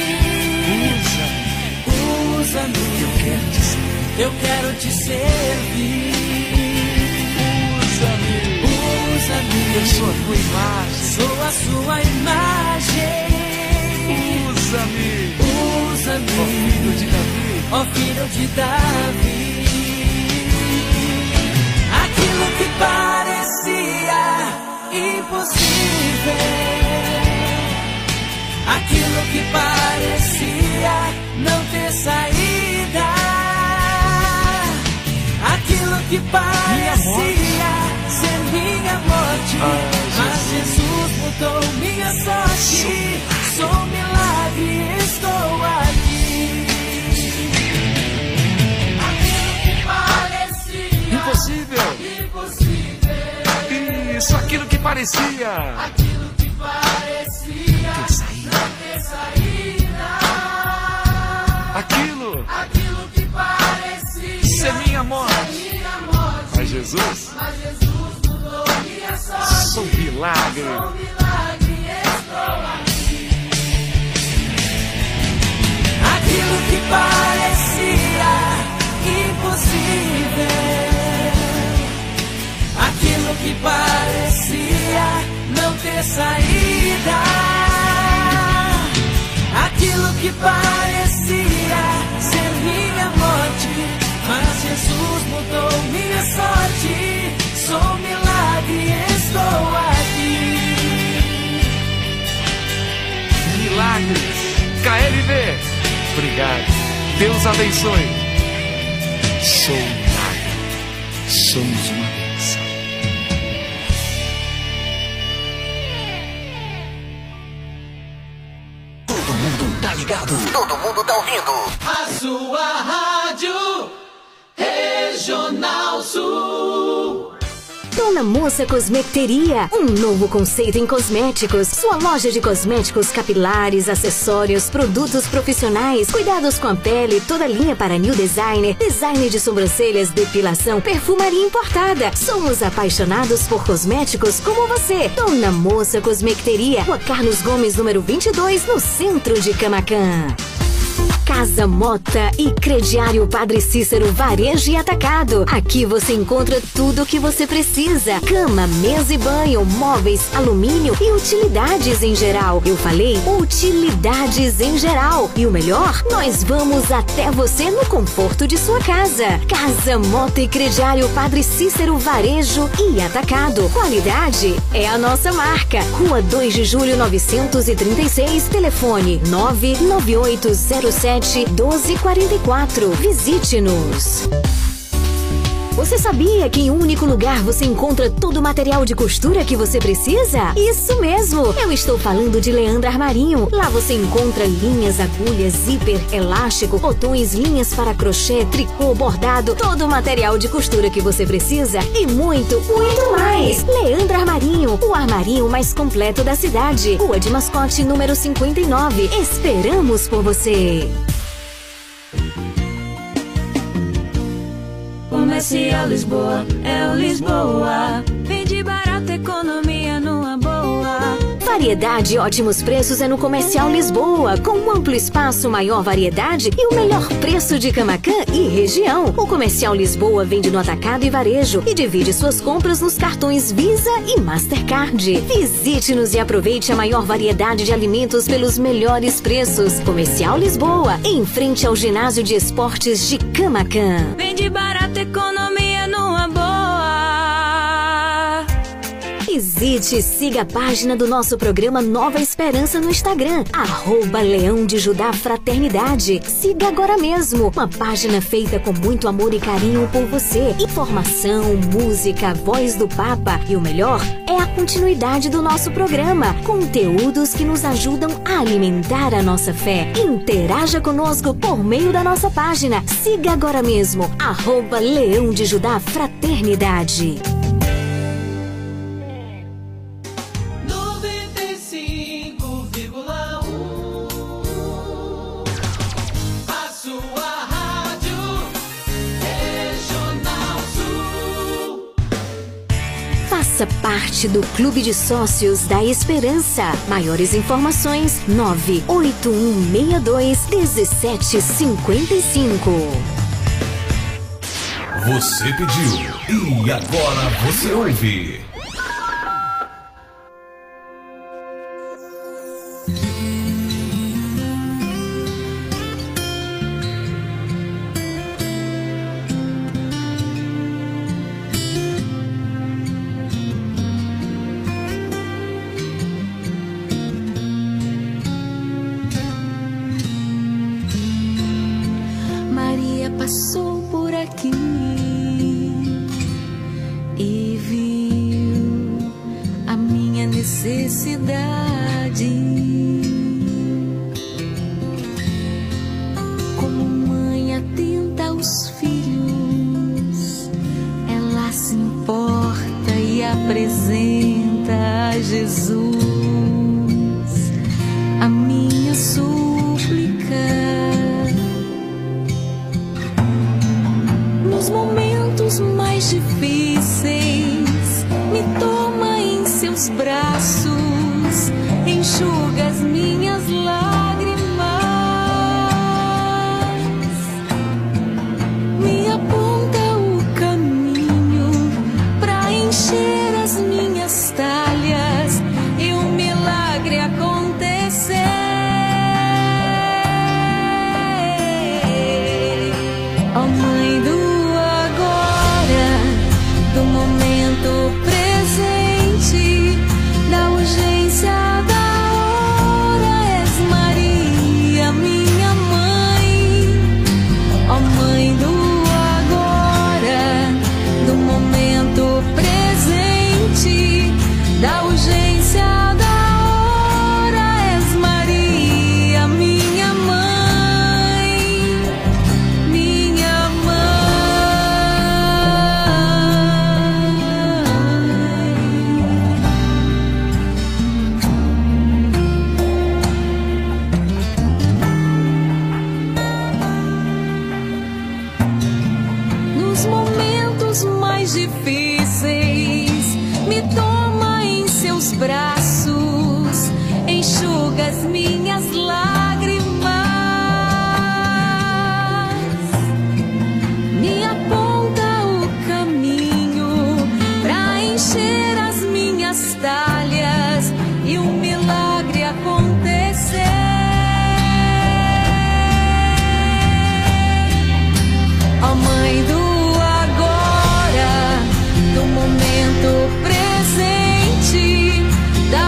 Usa-me, usa-me, eu quero te servir, eu quero te servir. Usa-me, usa-me, eu sou a tua imagem, sou a sua imagem. Usa-me, usa-me, ó filho de Davi, ó filho de Davi. Aquilo que parecia impossível, aquilo que parecia não ter saída, aquilo que parecia ser minha morte, ah, mas Jesus mudou minha sorte. Sou um milagre, estou aqui. Aquilo que parecia impossível, impossível, isso, aquilo que parecia, aquilo que parecia ter saída, não ter saída, aquilo, aquilo que parecia ser minha morte, ser minha morte, mas Jesus, mas Jesus mudou minha sorte. sou um milagre, Sou um milagre, estou aqui. Aquilo que parecia impossível, aquilo que parecia não ter saída, aquilo que parecia ser minha morte, mas Jesus mudou minha sorte. Sou um milagre, estou aqui. milagres, K L V, obrigado, Deus abençoe. Sou um milagre, somos uma bênção. Todo mundo tá ligado, todo mundo tá ouvindo. A sua rádio Regional Sul. Dona Moça Cosmeteria, um novo conceito em cosméticos. Sua loja de cosméticos capilares, acessórios, produtos profissionais, cuidados com a pele, toda linha para new designer, design de sobrancelhas, depilação, perfumaria importada. Somos apaixonados por cosméticos como você. Dona Moça Cosmeteria, Rua Carlos Gomes, número vinte e dois, no centro de Camaquã. Casa Mota e Crediário Padre Cícero Varejo e Atacado. Aqui você encontra tudo o que você precisa. Cama, mesa e banho, móveis, alumínio e utilidades em geral. Eu falei utilidades em geral. E o melhor, nós vamos até você no conforto de sua casa. Casa Mota e Crediário Padre Cícero Varejo e Atacado. Qualidade é a nossa marca. Rua dois de julho novecentos e trinta e seis. Telefone nove nove oito zero sete doze quarenta e quatro. Visite-nos. Você sabia que em um único lugar você encontra todo o material de costura que você precisa? Isso mesmo! Eu estou falando de Leandro Armarinho. Lá você encontra linhas, agulhas, zíper, elástico, botões, linhas para crochê, tricô, bordado, todo o material de costura que você precisa e muito, muito mais! Leandro Armarinho, o armarinho mais completo da cidade. Rua de Mascote, número cinquenta e nove. Esperamos por você! Comercial Lisboa, é o Lisboa. Vende barato, economia numa boa. Variedade e ótimos preços é no Comercial Lisboa, com um amplo espaço, maior variedade e o melhor preço de Camaquã e região. O Comercial Lisboa vende no atacado e varejo e divide suas compras nos cartões Visa e Mastercard. Visite-nos e aproveite a maior variedade de alimentos pelos melhores preços. Comercial Lisboa, em frente ao Ginásio de Esportes de Camaquã. Vende barato, economia numa boa. Visite e siga a página do nosso programa Nova Esperança no Instagram, arroba Leão de Judá Fraternidade. Siga agora mesmo, uma página feita com muito amor e carinho por você. Informação, música, voz do Papa e o melhor é a continuidade do nosso programa. Conteúdos que nos ajudam a alimentar a nossa fé. Interaja conosco por meio da nossa página. Siga agora mesmo, arroba Leão de Judá Fraternidade. Faça parte do Clube de Sócios da Esperança. Maiores informações nove oito um seis dois um sete cinco cinco. Você pediu e agora você ouve. Passou por aqui e viu a minha necessidade. Como mãe atenta aos filhos, ela se importa e apresenta a Jesus a minha súplica. Nos momentos mais difíceis, me toma em seus braços, enxuga as minhas lágrimas, me aponta o caminho pra encher as minhas talhas e um milagre acontecer. Ó Mãe do do momento presente, da urgência da hora, és Maria, minha mãe. Ó Mãe do agora, do momento presente, da urgência da hora, és Maria, minha mãe, minha mãe. Nos momentos mais difíceis, me toma em seus braços, enxuga as minhas lágrimas, me aponta o caminho pra encher as minhas talhas e um milagre acontecer. Ó Mãe do agora, do momento presente, da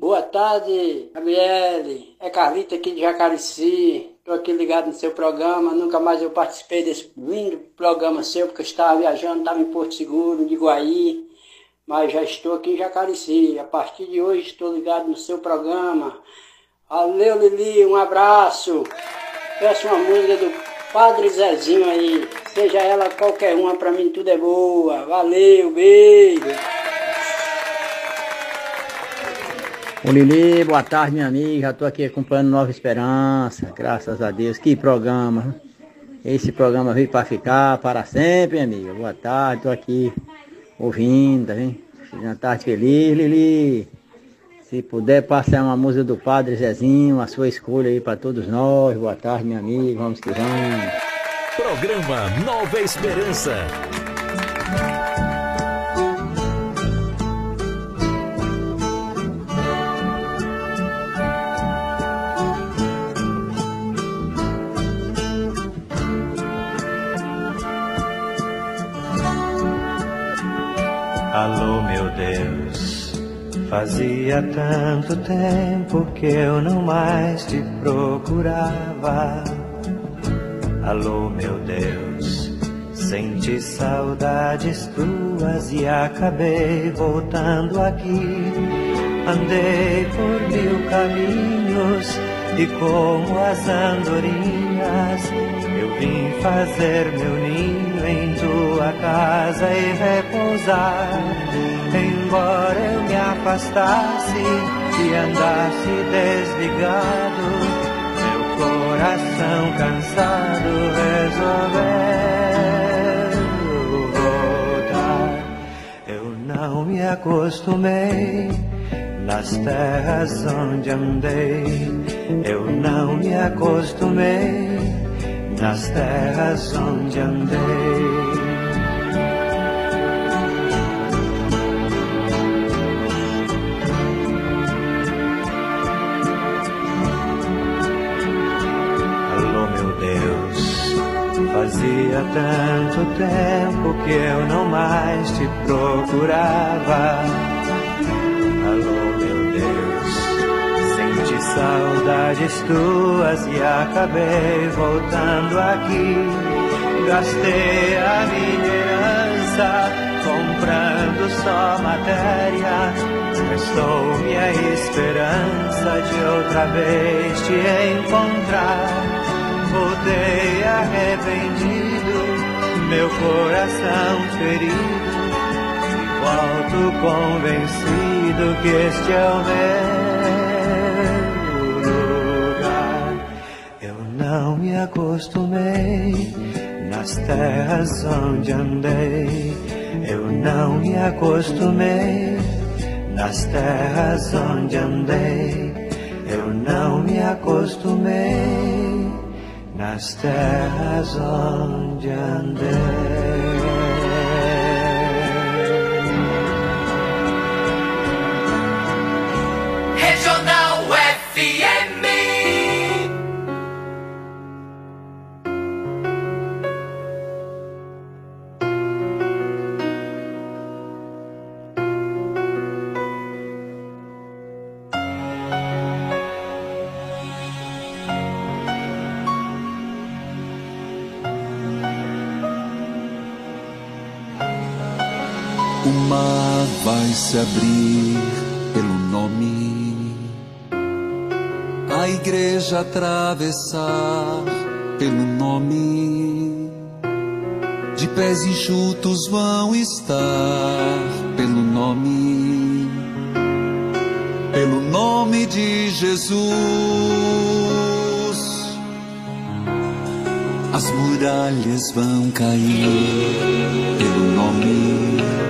Boa tarde, Gabriele. É Carlita aqui de Jacarici. Estou aqui ligado no seu programa. Nunca mais eu participei desse lindo programa seu, porque eu estava viajando, estava em Porto Seguro, de Guaí. Mas já estou aqui em Jacarici. A partir de hoje estou ligado no seu programa. Valeu, Lili. Um abraço. Peço uma música do Padre Zezinho aí. Seja ela qualquer uma, pra mim tudo é boa. Valeu, beijo. Ô Lili, boa tarde, minha amiga. Já estou aqui acompanhando Nova Esperança. Graças a Deus. Que programa. Esse programa veio para ficar para sempre, minha amiga. Boa tarde, estou aqui ouvindo, hein? Uma tarde feliz, Lili. Se puder passar uma música do Padre Zezinho, a sua escolha aí para todos nós. Boa tarde, minha amiga. Vamos que vamos. Programa Nova Esperança. Alô, meu Deus, fazia tanto tempo que eu não mais te procurava. Alô, meu Deus, senti saudades tuas e acabei voltando aqui. Andei por mil caminhos e como as andorinhas eu vim fazer meu ninho em tua casa e repousar. Embora eu me afastasse e andasse desligado, meu coração cansado resolveu voltar. Eu não me acostumei nas terras onde andei, eu não me acostumei nas terras onde andei. Alô, meu Deus, fazia tanto tempo que eu não mais te procurava. Alô, meu Deus, senti saudades tuas e acabei voltando aqui. Gastei a minha herança comprando só matéria. Restou-me a esperança de outra vez te encontrar. Voltei arrependido, meu coração ferido, e volto convencido que este é o meu. Eu não me acostumei nas terras onde andei, eu não me acostumei nas terras onde andei, eu não me acostumei nas terras onde andei. Regional F M. O mar vai se abrir pelo nome, a igreja atravessar pelo nome, de pés enxutos vão estar pelo nome, pelo nome de Jesus. As muralhas vão cair pelo nome,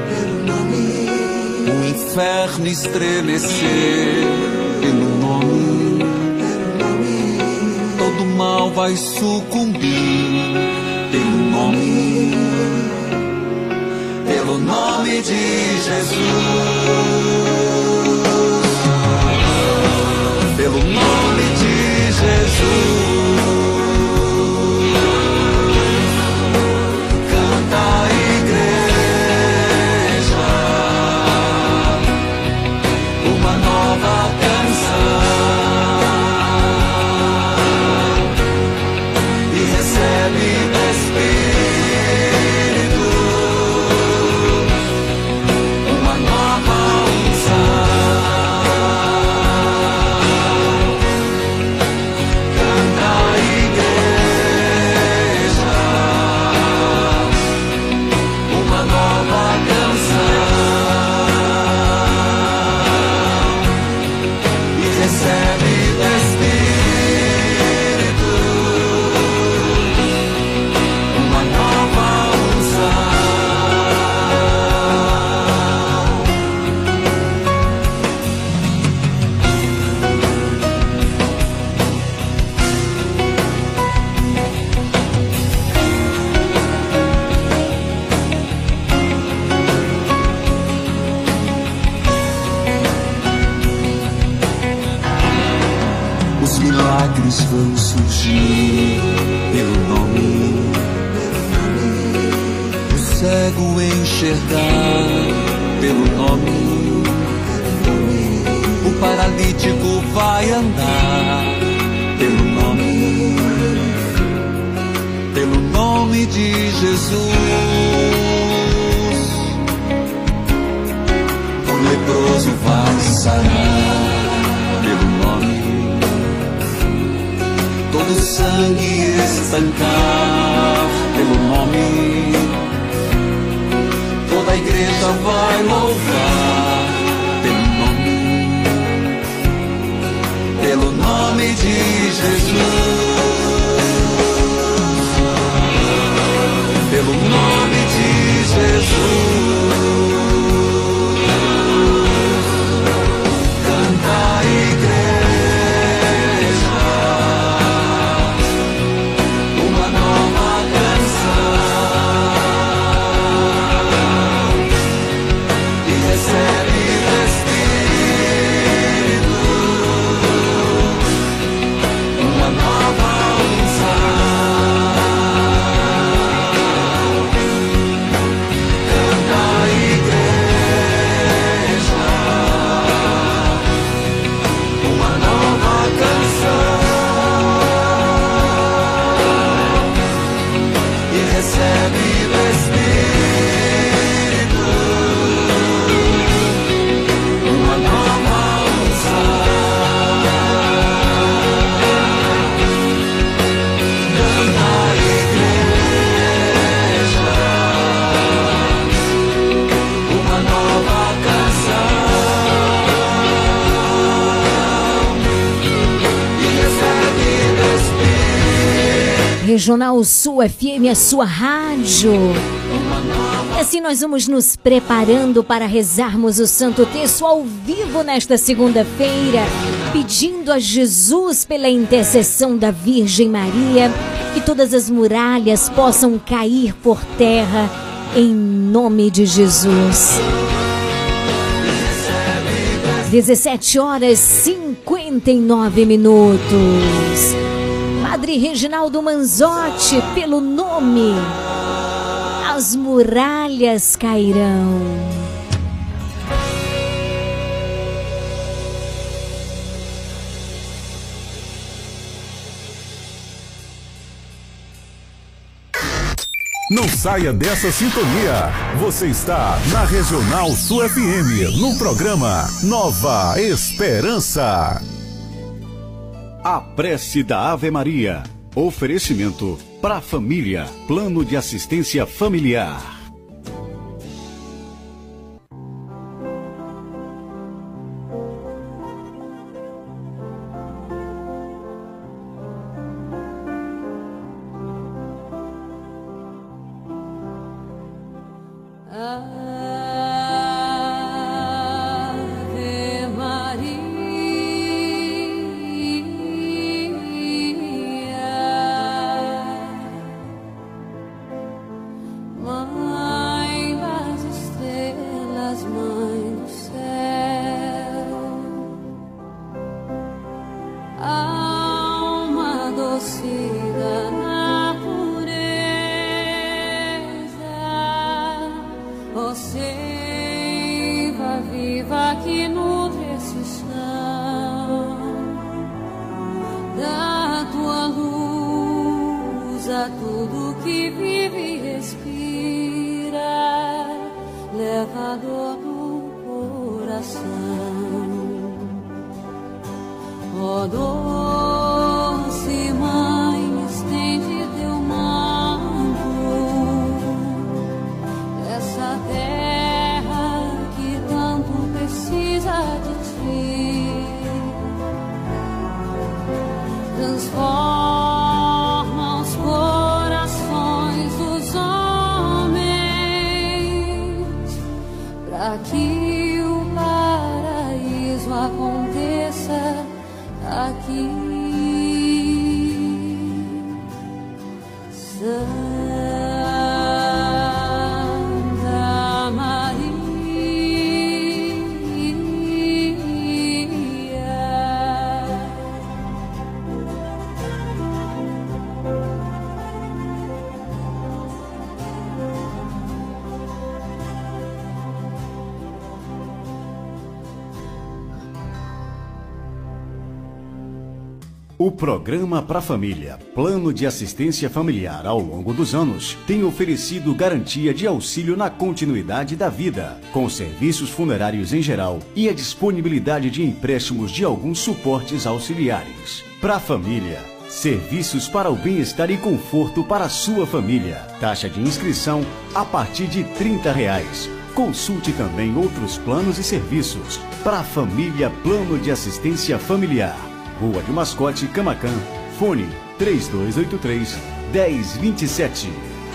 o inferno estremecer pelo nome, todo mal vai sucumbir pelo nome, pelo nome de Jesus, pelo nome de Jesus. Uma nova milagres vão surgir pelo nome. O cego enxergar pelo nome. O paralítico vai andar pelo nome. Pelo nome de Jesus. O leproso vai sarar pelo nome. Todo sangue estancar pelo nome. Toda a igreja vai louvar pelo nome. Pelo nome de Jesus. Pelo nome de Jesus. Canta a igreja. Regional Sul F M, a sua rádio. E assim nós vamos nos preparando para rezarmos o Santo Terço ao vivo nesta segunda-feira, pedindo a Jesus pela intercessão da Virgem Maria, que todas as muralhas possam cair por terra, em nome de Jesus. dezessete horas e cinquenta e nove minutos. Padre Reginaldo Manzotti, pelo nome, as muralhas cairão. Não saia dessa sintonia. Você está na Regional Sul F M, no programa Nova Esperança. A prece da Ave Maria. Oferecimento para a família. Plano de assistência familiar. O Programa Pra Família, Plano de Assistência Familiar ao longo dos anos, tem oferecido garantia de auxílio na continuidade da vida, com serviços funerários em geral e a disponibilidade de empréstimos de alguns suportes auxiliares. Pra Família, serviços para o bem-estar e conforto para a sua família. Taxa de inscrição a partir de trinta reais. Consulte também outros planos e serviços. Pra Família, Plano de Assistência Familiar. Rua de Mascote, Camaquã. Fone três dois oito três, um zero dois sete.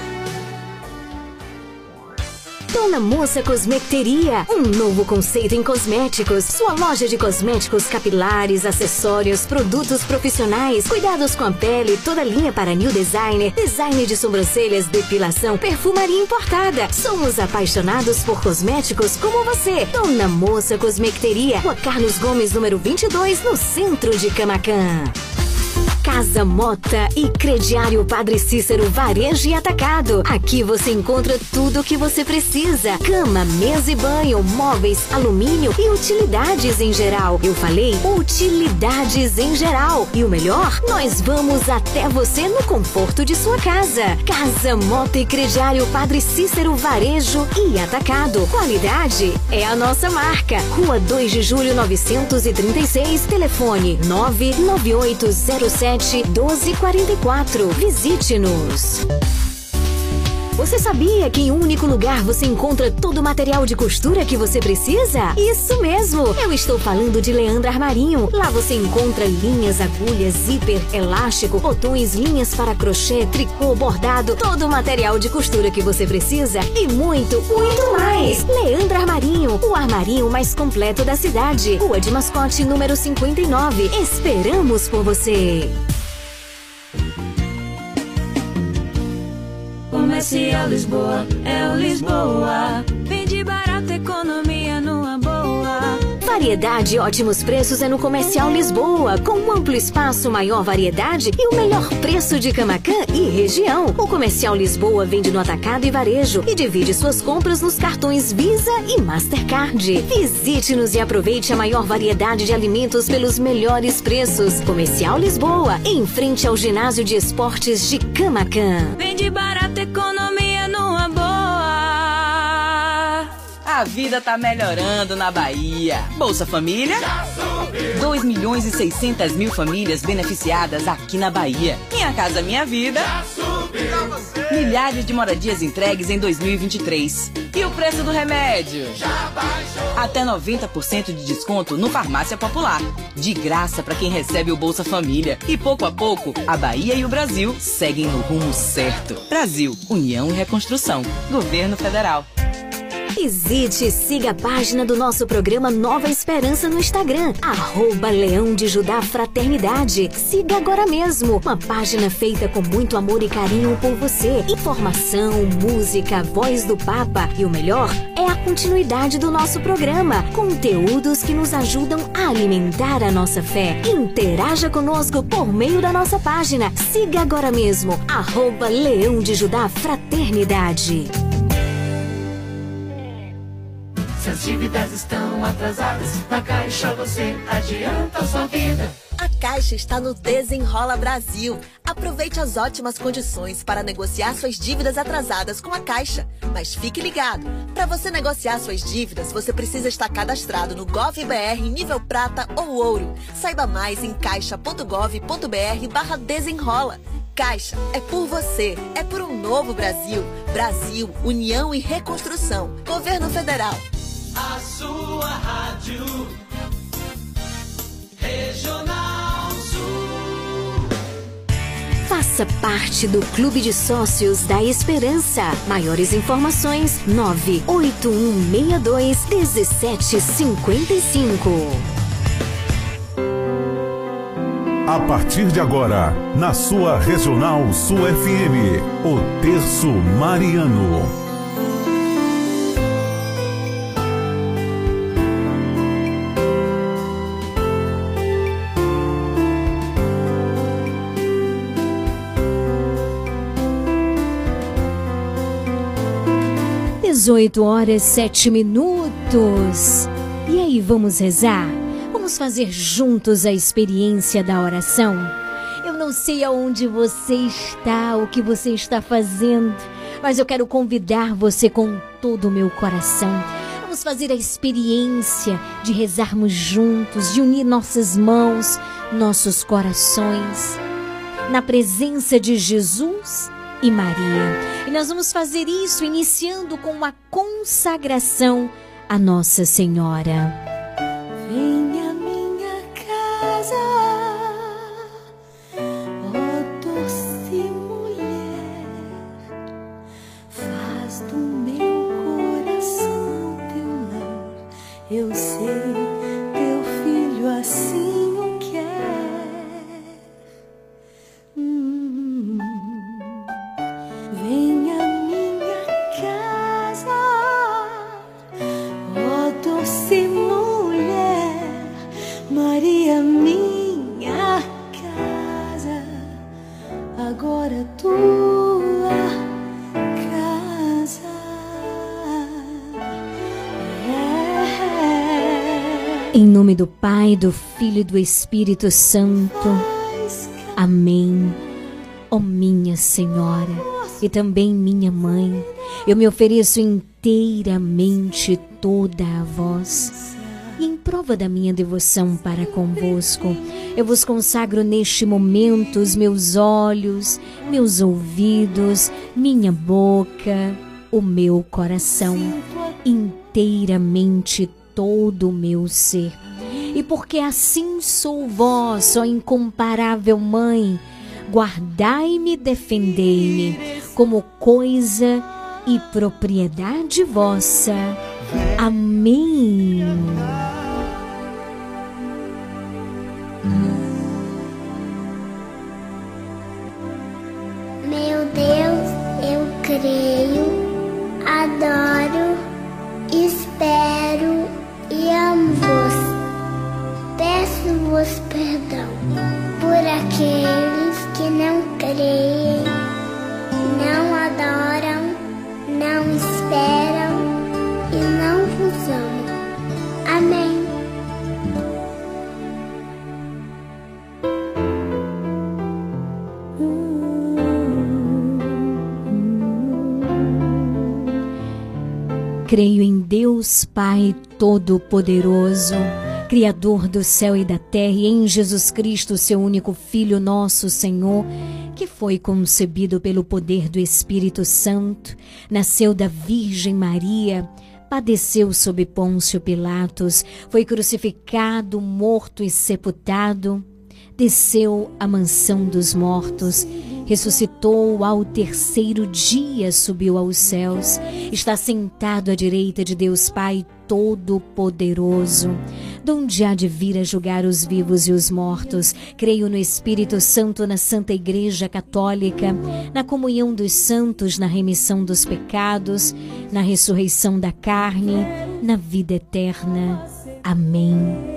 Dona Moça Cosmecteria, um novo conceito em cosméticos. Sua loja de cosméticos capilares, acessórios, produtos profissionais, cuidados com a pele, toda linha para new designer, design de sobrancelhas, depilação, perfumaria importada. Somos apaixonados por cosméticos como você. Dona Moça Cosmecteria, Rua Carlos Gomes, número vinte e dois, no centro de Camaquã. Casa Mota e Crediário Padre Cícero Varejo e Atacado. Aqui você encontra tudo o que você precisa. Cama, mesa e banho, móveis, alumínio e utilidades em geral. Eu falei utilidades em geral. E o melhor, nós vamos até você no conforto de sua casa. Casa Mota e Crediário Padre Cícero Varejo e Atacado. Qualidade é a nossa marca. Rua dois de julho novecentos e trinta e seis. Telefone nove nove oito zero sete doze quarenta e quatro. Visite-nos. Você sabia que em um único lugar você encontra todo o material de costura que você precisa? Isso mesmo! Eu estou falando de Leandro Armarinho. Lá você encontra linhas, agulhas, zíper, elástico, botões, linhas para crochê, tricô, bordado, todo o material de costura que você precisa e muito, muito mais! Leandro Armarinho, o armarinho mais completo da cidade. Rua de Mascote, número cinquenta e nove. Esperamos por você! Comercial Lisboa, é o Lisboa. Vende barato, economia numa boa. Variedade e ótimos preços é no Comercial Lisboa, com um amplo espaço, maior variedade e o melhor preço de Camaquã e região. O Comercial Lisboa vende no atacado e varejo e divide suas compras nos cartões Visa e Mastercard. Visite-nos e aproveite a maior variedade de alimentos pelos melhores preços. Comercial Lisboa, em frente ao Ginásio de Esportes de Camaquã. Vende barato, economia numa boa. A vida tá melhorando na Bahia. Bolsa Família? dois milhões e seiscentas mil famílias beneficiadas aqui na Bahia. Minha Casa Minha Vida? Milhares de moradias entregues em dois mil e vinte e três. E o preço do remédio? Até noventa por cento de desconto no Farmácia Popular. De graça para quem recebe o Bolsa Família. E pouco a pouco, a Bahia e o Brasil seguem no rumo certo. Brasil, União e Reconstrução. Governo Federal. Visite e siga a página do nosso programa Nova Esperança no Instagram, arroba Leão de Judá Fraternidade. Siga agora mesmo, uma página feita com muito amor e carinho por você. Informação, música, voz do Papa e o melhor é a continuidade do nosso programa. Conteúdos que nos ajudam a alimentar a nossa fé. Interaja conosco por meio da nossa página. Siga agora mesmo, arroba Leão de Judá Fraternidade. Se as dívidas estão atrasadas, na Caixa você adianta a sua vida. A Caixa está no Desenrola Brasil. Aproveite as ótimas condições para negociar suas dívidas atrasadas com a Caixa. Mas fique ligado, para você negociar suas dívidas, você precisa estar cadastrado no GovBR nível prata ou ouro. Saiba mais em caixa ponto gov ponto br barra desenrola. Caixa é por você, é por um novo Brasil. Brasil, União e Reconstrução. Governo Federal. A sua rádio Regional Sul. Faça parte do Clube de Sócios da Esperança. Maiores informações nove oito um seis dois um sete cinco cinco. A partir de agora, na sua Regional Sul F M, o Terço Mariano. dezoito horas, sete minutos. E aí, vamos rezar? O Vamos fazer juntos a experiência da oração? Eu não sei aonde você está, o que você está fazendo, mas eu quero convidar você com todo o meu coração. Vamos fazer a experiência de rezarmos juntos, de unir nossas mãos, nossos corações, na presença de Jesus e Maria. E nós vamos fazer isso iniciando com a consagração a Nossa Senhora. Venha à minha casa, ó doce mulher, faz do meu coração teu lar. Eu sei, teu filho assim o quer. Hum. Venha à minha casa, ó doce mulher, Maria, minha casa, agora tua casa. É. Em nome do Pai, do Filho e do Espírito Santo. Amém. Ó minha Senhora e também minha Mãe, eu me ofereço inteiramente toda a vós. E em prova da minha devoção para convosco, eu vos consagro neste momento os meus olhos, meus ouvidos, minha boca, o meu coração, inteiramente todo o meu ser. E porque assim sou vós, ó incomparável Mãe, guardai-me, defendei-me como coisa e propriedade vossa. Amém. Meu Deus, eu creio, adoro, espero e amo-vos. Peço-vos perdão por aqueles que não creem, não adoram, não esperam e não vos amam. Amém. Creio em Deus Pai Todo-Poderoso, Criador do céu e da terra, e em Jesus Cristo, seu único Filho, nosso Senhor, que foi concebido pelo poder do Espírito Santo, nasceu da Virgem Maria, padeceu sob Pôncio Pilatos, foi crucificado, morto e sepultado, desceu à mansão dos mortos, ressuscitou ao terceiro dia, subiu aos céus, está sentado à direita de Deus Pai Todo-Poderoso, donde há de vir a julgar os vivos e os mortos. Creio no Espírito Santo, na Santa Igreja Católica, na comunhão dos santos, na remissão dos pecados, na ressurreição da carne, na vida eterna. Amém.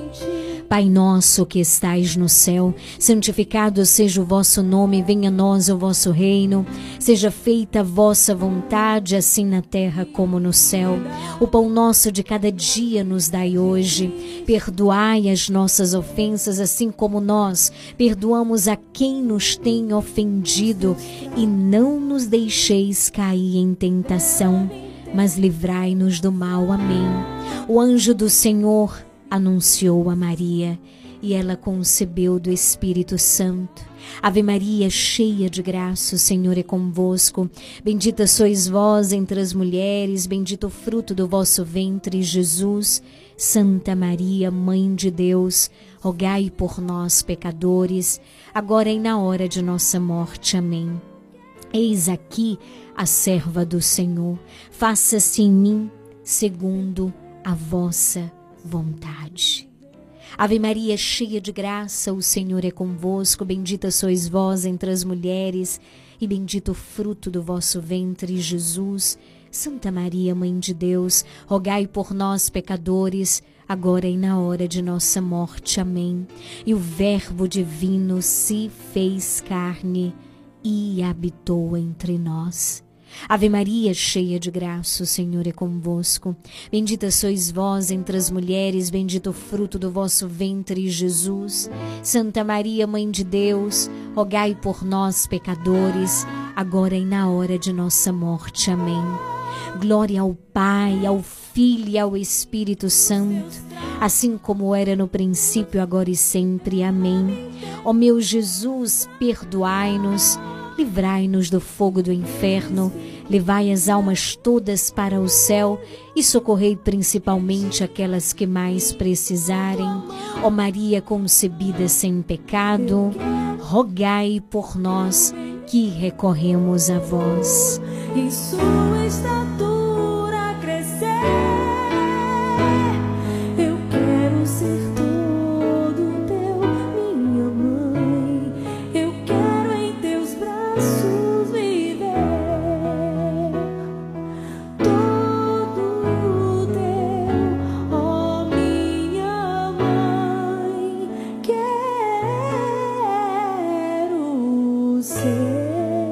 Pai nosso que estais no céu, santificado seja o vosso nome, venha a nós o vosso reino, seja feita a vossa vontade, assim na terra como no céu. O pão nosso de cada dia nos dai hoje, perdoai as nossas ofensas, assim como nós perdoamos a quem nos tem ofendido, e não nos deixeis cair em tentação, mas livrai-nos do mal. Amém. O anjo do Senhor anunciou a Maria, e ela concebeu do Espírito Santo. Ave Maria, cheia de graça, o Senhor é convosco. Bendita sois vós entre as mulheres, bendito o fruto do vosso ventre, Jesus. Santa Maria, Mãe de Deus, rogai por nós, pecadores, agora e na hora de nossa morte. Amém. Eis aqui a serva do Senhor, faça-se em mim segundo a vossa vontade. Ave Maria, cheia de graça, o Senhor é convosco, bendita sois vós entre as mulheres, e bendito o fruto do vosso ventre, Jesus. Santa Maria, Mãe de Deus, rogai por nós, pecadores, agora e na hora de nossa morte. Amém. E o Verbo divino se fez carne e habitou entre nós. Ave Maria, cheia de graça, o Senhor é convosco. Bendita sois vós entre as mulheres, bendito o fruto do vosso ventre, Jesus. Santa Maria, Mãe de Deus, rogai por nós, pecadores, agora e na hora de nossa morte. Amém. Glória ao Pai, ao Filho e ao Espírito Santo, assim como era no princípio, agora e sempre. Amém. Ó meu Jesus, perdoai-nos, livrai-nos do fogo do inferno, levai as almas todas para o céu e socorrei principalmente aquelas que mais precisarem. Ó Maria concebida sem pecado, rogai por nós que recorremos a vós. E sua estatura crescer, eu quero ser todo teu, minha mãe. Eu quero em teus braços viver, todo teu, ó minha mãe. Quero ser.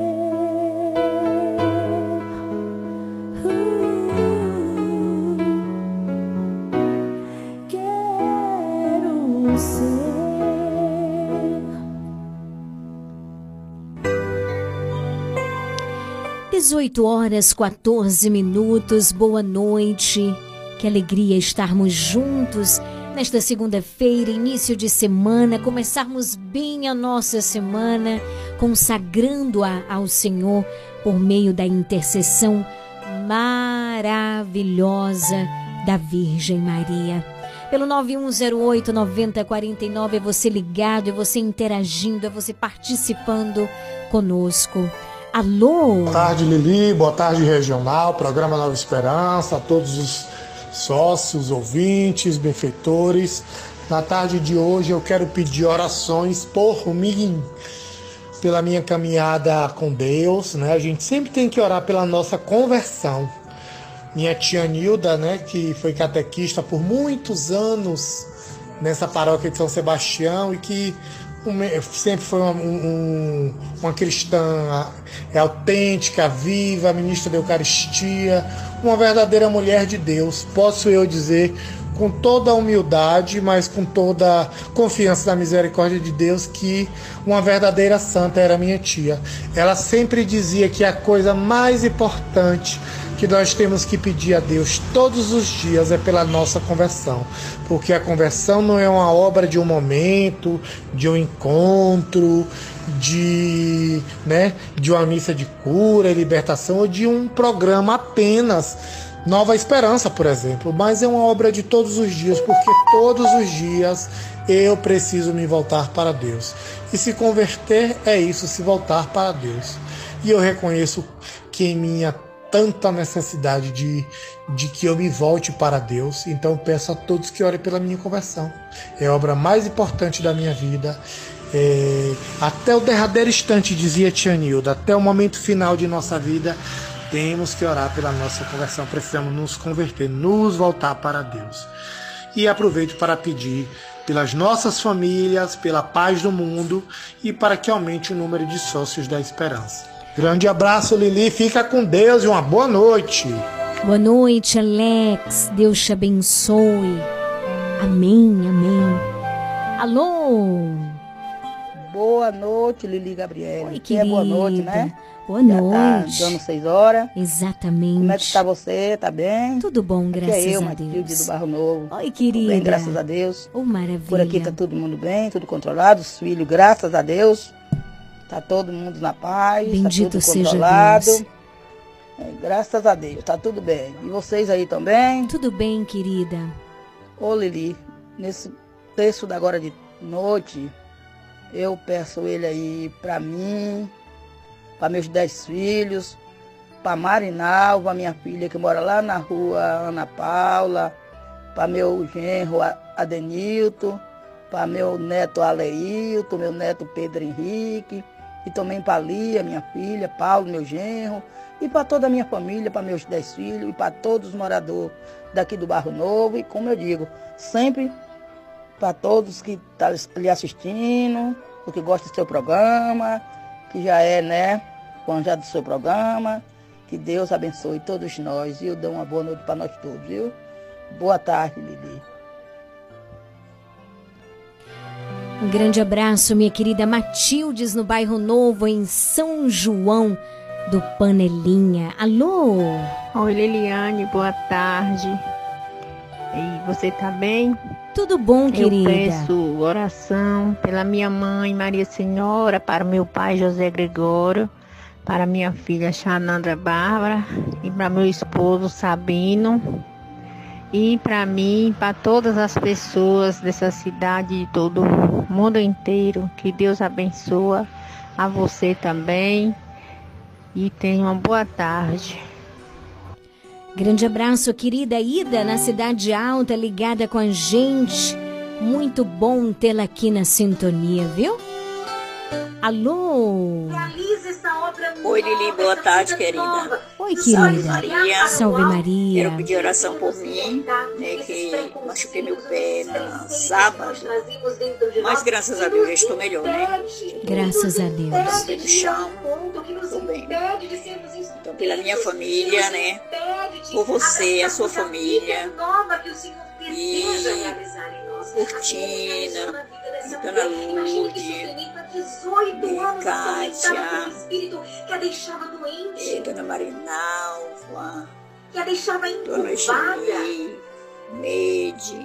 dezoito horas, quatorze minutos, boa noite. Que alegria estarmos juntos nesta segunda-feira, início de semana, começarmos bem a nossa semana, consagrando-a ao Senhor por meio da intercessão maravilhosa da Virgem Maria. Pelo nove um zero oito, nove zero quatro nove, é você ligado, é você interagindo, é você participando conosco. Alô? Boa tarde, Lili. Boa tarde, Regional, programa Nova Esperança, a todos os sócios, ouvintes, benfeitores. Na tarde de hoje eu quero pedir orações por mim, pela minha caminhada com Deus, né? A gente sempre tem que orar pela nossa conversão. Minha tia Nilda, né, que foi catequista por muitos anos nessa paróquia de São Sebastião e que sempre foi uma, um, uma cristã autêntica, viva, ministra da Eucaristia, uma verdadeira mulher de Deus. Posso eu dizer com toda a humildade, mas com toda a confiança da misericórdia de Deus, que uma verdadeira santa era minha tia. Ela sempre dizia que a coisa mais importante que nós temos que pedir a Deus todos os dias é pela nossa conversão, porque a conversão não é uma obra de um momento, de um encontro, de, né, de uma missa de cura e libertação, ou de um programa apenas, Nova Esperança, por exemplo, mas é uma obra de todos os dias, porque todos os dias eu preciso me voltar para Deus. E se converter é isso, se voltar para Deus. E eu reconheço que em minha tanta necessidade de, de que eu me volte para Deus, então peço a todos que orem pela minha conversão. É a obra mais importante da minha vida. É, até o derradeiro instante, dizia tia Nilda, até o momento final de nossa vida, temos que orar pela nossa conversão, precisamos nos converter, nos voltar para Deus. E aproveito para pedir pelas nossas famílias, pela paz do mundo e para que aumente o número de sócios da Esperança. Grande abraço, Lili, fica com Deus e uma boa noite. Boa noite, Alex, Deus te abençoe. Amém, amém. Alô? Boa noite, Lili Gabriela. Oi, querida. É boa noite, né? Boa Já noite. Tá dando seis horas. Exatamente. Como é que está você? Tá bem? Tudo bom, graças aqui é eu, a Deus. Matilde do Barro Novo. Oi, querida. Tudo bem, graças a Deus. Oh, maravilha. Por aqui tá todo mundo bem, tudo controlado. Os filhos, graças a Deus. Tá todo mundo na paz. Bendito tá tudo seja controlado. Deus. É, graças a Deus, tá tudo bem. E vocês aí também? Tudo bem, querida. Ô, Lili, nesse texto da agora de noite, eu peço ele aí pra mim, para meus dez filhos, para Marinalva, minha filha que mora lá na rua Ana Paula, para meu genro Adenilton, para meu neto Aleilton, meu neto Pedro Henrique, e também para Lia, minha filha, Paulo, meu genro, e para toda a minha família, para meus dez filhos, e para todos os moradores daqui do Barro Novo, e como eu digo, sempre para todos que estão tá lhe assistindo, o que gosta do seu programa, que já é, né, fã já do seu programa, Que Deus abençoe todos nós, viu? Dê uma boa noite para nós todos, viu? Boa tarde, Lili. Um grande abraço, minha querida Matildes, no Bairro Novo, em São João do Panelinha. Alô? Oi, Liliane, boa tarde. E você tá bem? Tudo bom, querida? Eu peço oração pela minha mãe, Maria Senhora, para meu pai, José Gregório, para minha filha, Xanandra Bárbara, e para meu esposo, Sabino, e para mim, para todas as pessoas dessa cidade, de todo o mundo inteiro. Que Deus abençoe a você também, e tenha uma boa tarde. Grande abraço, querida Ida, na Cidade Alta, ligada com a gente. Muito bom tê-la aqui na sintonia, viu? Alô? Oi, Lili, boa tarde, querida. Oi, Salve querida. Maria. Salve, Maria. Quero pedir oração por mim, né, que machuquei meu pé no sábado. Mas graças a Deus já estou melhor, né? Graças a Deus. Estou no chão, estou bem. Então, pela minha família, né? Por você, a sua família. E Cortina, Dona Lourdes, Cátia, e Dona Marinalva, Dona Julie, Neide,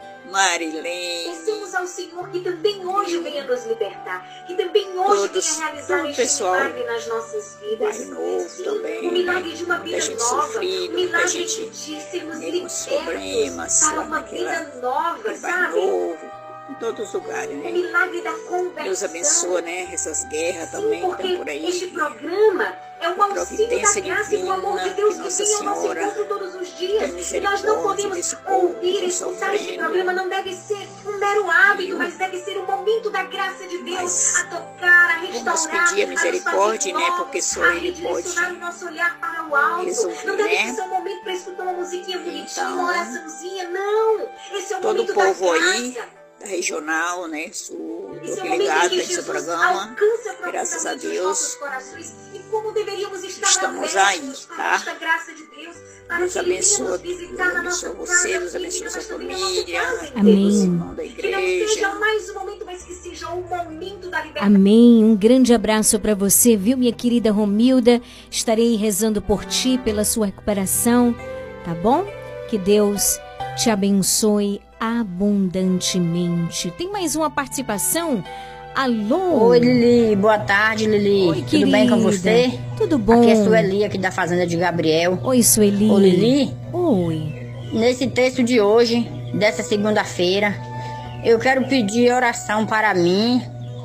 Marilene, peçamos ao Senhor que também hoje venha nos libertar, que também hoje todos, venha realizar todo este pessoal, milagre nas nossas vidas. Pai novo Sim, também, o milagre de uma muita vida gente nova, sofrida, o milagre muita gente de sermos né, com problemas, libertos para sabe, uma naquela- vida nova, Pai sabe? novo, em todos os lugares, né? O milagre da conversão. Deus abençoa, né? Essas guerras Sim, também que porque estão por aí. este programa é um auxílio da providência graça e do amor de divina, Deus que que Nossa vem ao nosso Senhora encontro todos os tem dias. E nós não misericórdia podemos desse povo ouvir que e está escutar este sofrendo. programa. Não deve ser um mero hábito, mas deve ser um momento da graça de Deus a tocar, a restaurar, Vamos pedir a misericórdia, nos fazer né? Porque só novos, a Ele pode redirecionar o nosso olhar para o alto. resolver, Não deve né? ser um momento para escutar uma musiquinha bonitinha, Então, uma oraçãozinha. Não! Esse é o todo o momento povo da aí, graça. da regional, né? Sul, Esse é tô o momento em ligado que nesse Jesus programa. alcança Graças a profundamente os Deus. nossos corações. E como deveríamos estar Estamos abertos aí, para tá? esta graça de Deus, para Deus que Ele venha abençoe, nos visitar Deus na nossa abençoe você, casa, Deus que abençoe nós sua também, na nossa família, casa, Amém. os irmãos da Que não seja igreja. mais um momento, mas que seja um momento da liberdade. Amém. Um grande abraço para você, viu, minha querida Romilda? Estarei rezando por ti, pela sua recuperação, tá bom? Que Deus te abençoe abundantemente. Tem mais uma participação? Alô? Oi, Lili. Boa tarde, Lili. Oi, Tudo querida. bem com você? Tudo bom. Aqui é Sueli, aqui da Fazenda de Gabriel. Oi, Sueli. Ô, Lili. Oi. Nesse texto de hoje, dessa segunda-feira, eu quero pedir oração para mim,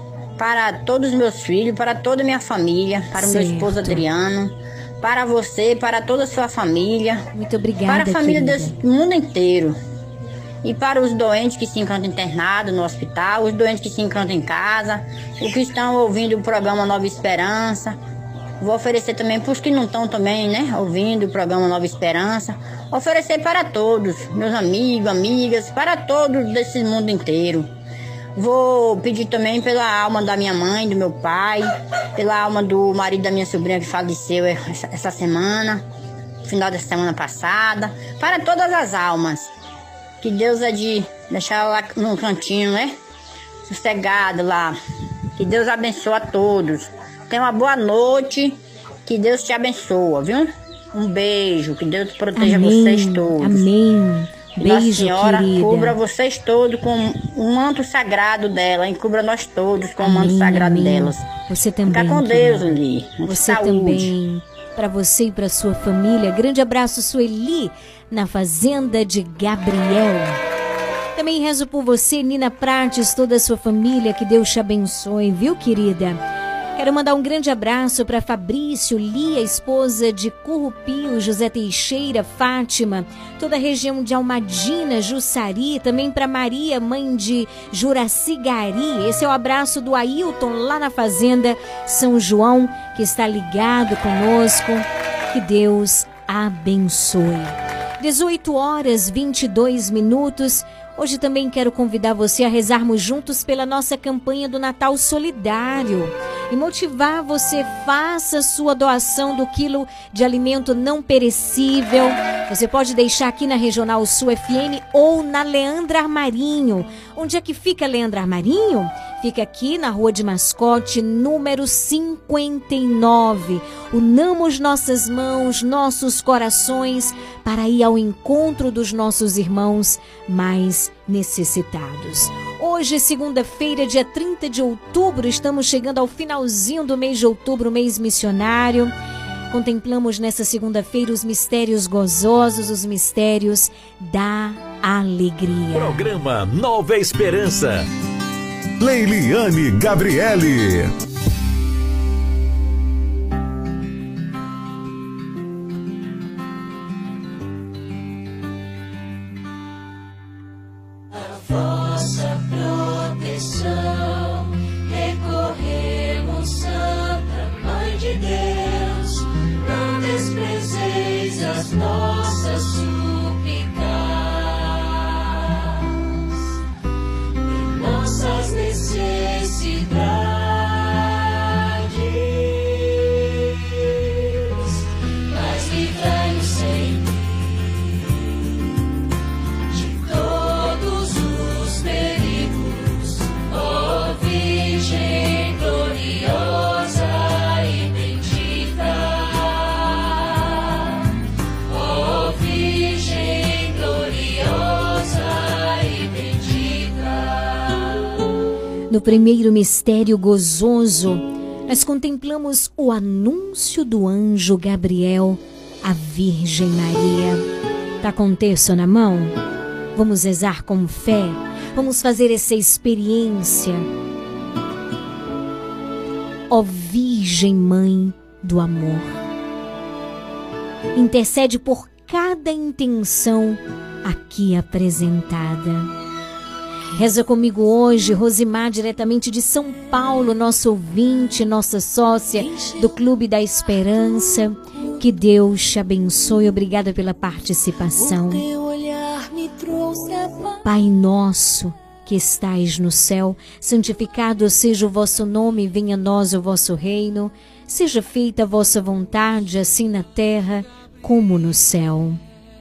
para todos os meus filhos, para toda a minha família, para o meu Certo. esposo Adriano, para você, para toda a sua família. Muito obrigada, Para a família querida. desse mundo inteiro. E para os doentes que se encontram internados no hospital, os doentes que se encontram em casa, os que estão ouvindo o programa Nova Esperança. Vou oferecer também para os que não estão também, né, ouvindo o programa Nova Esperança. Oferecer para todos, meus amigos, amigas, para todos desse mundo inteiro. Vou pedir também pela alma da minha mãe, do meu pai, pela alma do marido da minha sobrinha que faleceu essa, essa semana, no final da semana passada, para todas as almas. Que Deus é de deixar lá num cantinho, né? Sossegado lá. Que Deus abençoe a todos. Tenha uma boa noite. Que Deus te abençoe, viu? Um beijo. Que Deus proteja Amém. vocês todos. Amém. Que Nossa Beijo, Senhora querida. cubra vocês todos com o manto sagrado dela. E cubra nós todos com o manto Amém, sagrado amém. delas. Você também. Fica com querida. Deus, Li. Muita Você saúde. também. Para você e para sua família. Grande abraço, Sueli, na Fazenda de Gabriel. Também rezo por você, Nina Prates, toda a sua família. Que Deus te abençoe, viu, querida? Quero mandar um grande abraço para Fabrício, Lia, esposa de Currupio, José Teixeira, Fátima, toda a região de Almadina, Jussari, também para Maria, mãe de Juracigari. Esse é o abraço do Ailton lá na Fazenda São João, que está ligado conosco. Que Deus abençoe. dezoito horas e vinte e dois minutos. Hoje também quero convidar você a rezarmos juntos pela nossa campanha do Natal Solidário. e motivar você, faça sua doação do quilo de alimento não perecível. Você pode deixar aqui na Regional Sul F M ou na Leandro Armarinho. Onde é que fica Leandro Armarinho? Fica aqui na Rua de Mascote, número cinquenta e nove. Unamos nossas mãos, nossos corações, para ir ao encontro dos nossos irmãos mais necessitados. Hoje, segunda-feira, dia trinta de outubro, estamos chegando ao finalzinho do mês de outubro, mês missionário. Contemplamos nessa segunda-feira os mistérios gozosos, os mistérios da alegria. Programa Nova Esperança. Leiliane Gabriele. Vossa proteção, recorremos, Santa Mãe de Deus, não desprezeis as nossas súplicas, e nossas necessidades, mas livrai-nos sempre de todos os perigos, ó Virgem gloriosa e bendita, ó Virgem gloriosa e bendita. No primeiro mistério gozoso, nós contemplamos o anúncio do anjo Gabriel à Virgem Maria. Tá com o texto na mão? Vamos rezar com fé? Vamos fazer essa experiência. Ó Virgem Mãe do Amor, intercede por cada intenção aqui apresentada. Reza comigo hoje, Rosimar, diretamente de São Paulo, nosso ouvinte, nossa sócia do Clube da Esperança. Que Deus te abençoe. Obrigada pela participação. Pai nosso que estais no céu, santificado seja o vosso nome, venha a nós o vosso reino. Seja feita a vossa vontade, assim na terra como no céu.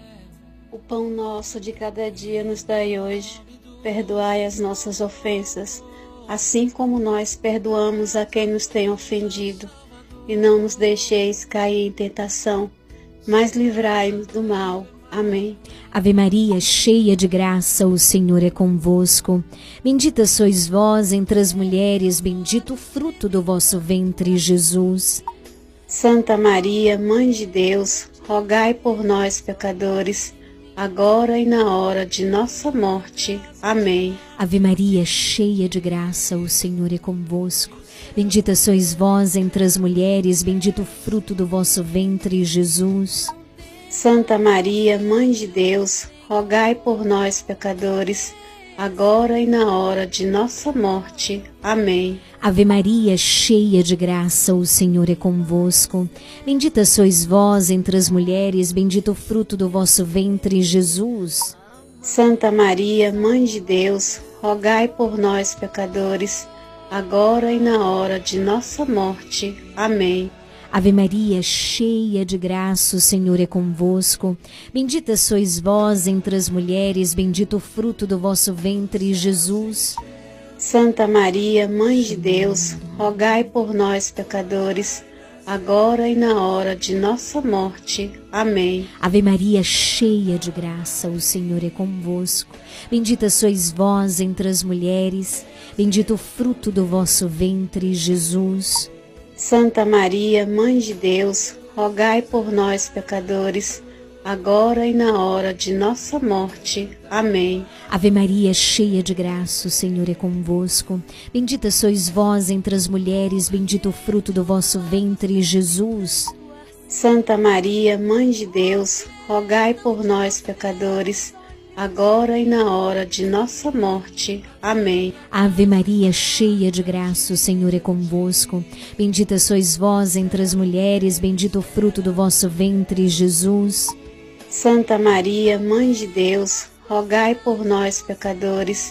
O pão nosso de cada dia nos dai hoje. Perdoai as nossas ofensas, assim como nós perdoamos a quem nos tem ofendido. E não nos deixeis cair em tentação, mas livrai-nos do mal. Amém. Ave Maria, cheia de graça, o Senhor é convosco. Bendita sois vós entre as mulheres, bendito o fruto do vosso ventre, Jesus. Santa Maria, Mãe de Deus, rogai por nós, pecadores, agora e na hora de nossa morte. Amém. Ave Maria, cheia de graça, o Senhor é convosco. Bendita sois vós entre as mulheres, bendito o fruto do vosso ventre, Jesus. Santa Maria, Mãe de Deus, rogai por nós, pecadores, agora e na hora de nossa morte. Amém. Ave Maria, cheia de graça, o Senhor é convosco. Bendita sois vós entre as mulheres, bendito o fruto do vosso ventre, Jesus. Santa Maria, Mãe de Deus, rogai por nós, pecadores, agora e na hora de nossa morte. Amém. Ave Maria, cheia de graça, o Senhor é convosco. Bendita sois vós entre as mulheres, bendito o fruto do vosso ventre, Jesus. Santa Maria, Mãe de Deus, rogai por nós, pecadores, agora e na hora de nossa morte. Amém. Ave Maria, cheia de graça, o Senhor é convosco. Bendita sois vós entre as mulheres, bendito o fruto do vosso ventre, Jesus. Santa Maria, Mãe de Deus, rogai por nós, pecadores, agora e na hora de nossa morte. Amém. Ave Maria, cheia de graça, o Senhor é convosco. Bendita sois vós entre as mulheres, bendito o fruto do vosso ventre, Jesus. Santa Maria, Mãe de Deus, rogai por nós, pecadores, agora e na hora de nossa morte. Amém. Ave Maria, cheia de graça, o Senhor é convosco. Bendita sois vós entre as mulheres, bendito o fruto do vosso ventre, Jesus. Santa Maria, Mãe de Deus, rogai por nós, pecadores,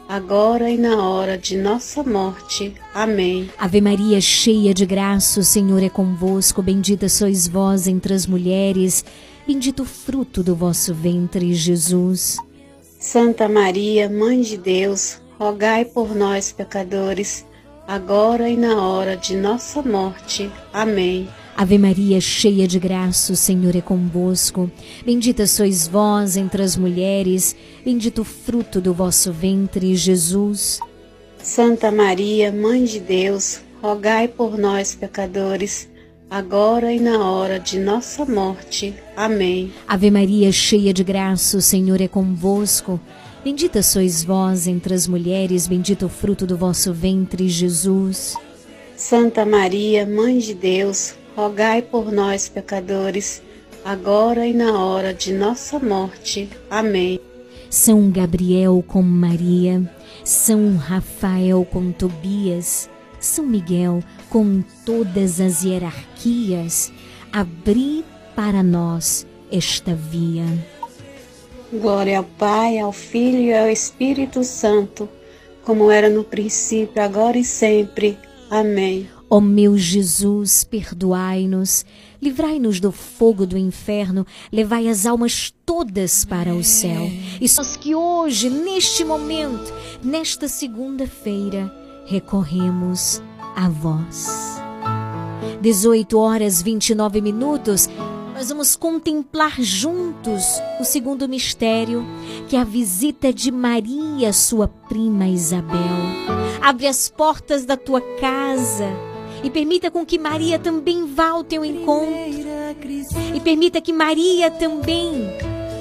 agora e na hora de nossa morte. Amém. Ave Maria, cheia de graça, o Senhor é convosco. Bendita sois vós entre as mulheres, bendito o fruto do vosso ventre, Jesus. Santa Maria, Mãe de Deus, rogai por nós, pecadores, agora e na hora de nossa morte. Amém. Ave Maria, cheia de graça, o Senhor é convosco. Bendita sois vós entre as mulheres, bendito o fruto do vosso ventre, Jesus. Santa Maria, Mãe de Deus, rogai por nós, pecadores, agora e na hora de nossa morte. Amém. Ave Maria, cheia de graça, o Senhor é convosco. Bendita sois vós entre as mulheres, bendito o fruto do vosso ventre, Jesus. Santa Maria, Mãe de Deus, rogai por nós, pecadores, agora e na hora de nossa morte. Amém. São Gabriel com Maria, São Rafael com Tobias, São Miguel com todas as hierarquias, abri para nós esta via. Glória ao Pai, ao Filho e ao Espírito Santo, como era no princípio, agora e sempre. Amém. Ó meu Jesus, perdoai-nos, livrai-nos do fogo do inferno, levai as almas todas para o céu. E nós que hoje, neste momento, nesta segunda-feira, recorremos a vós. dezoito horas e vinte e nove minutos, nós vamos contemplar juntos o segundo mistério, que é a visita de Maria, sua prima Isabel. Abre as portas da tua casa e permita com que Maria também vá ao teu encontro. E permita que Maria também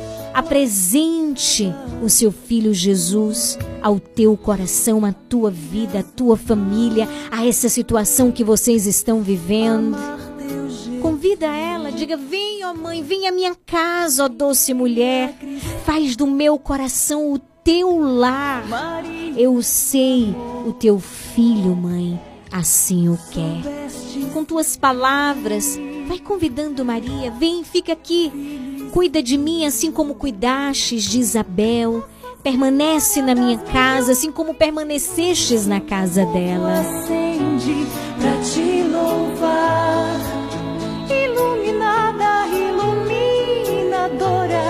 apresente o seu filho Jesus ao teu coração, à tua vida, à tua família, a essa situação que vocês estão vivendo. Convida ela, diga: vem, ó mãe, vem à minha casa, ó doce mulher. Faz do meu coração o teu lar. Eu sei, o teu filho, mãe, assim o quer. Com tuas palavras, vai convidando Maria: vem, fica aqui, cuida de mim assim como cuidastes de Isabel. Permanece na minha casa assim como permanecestes na casa dela. Acende pra te louvar, iluminada, iluminadora,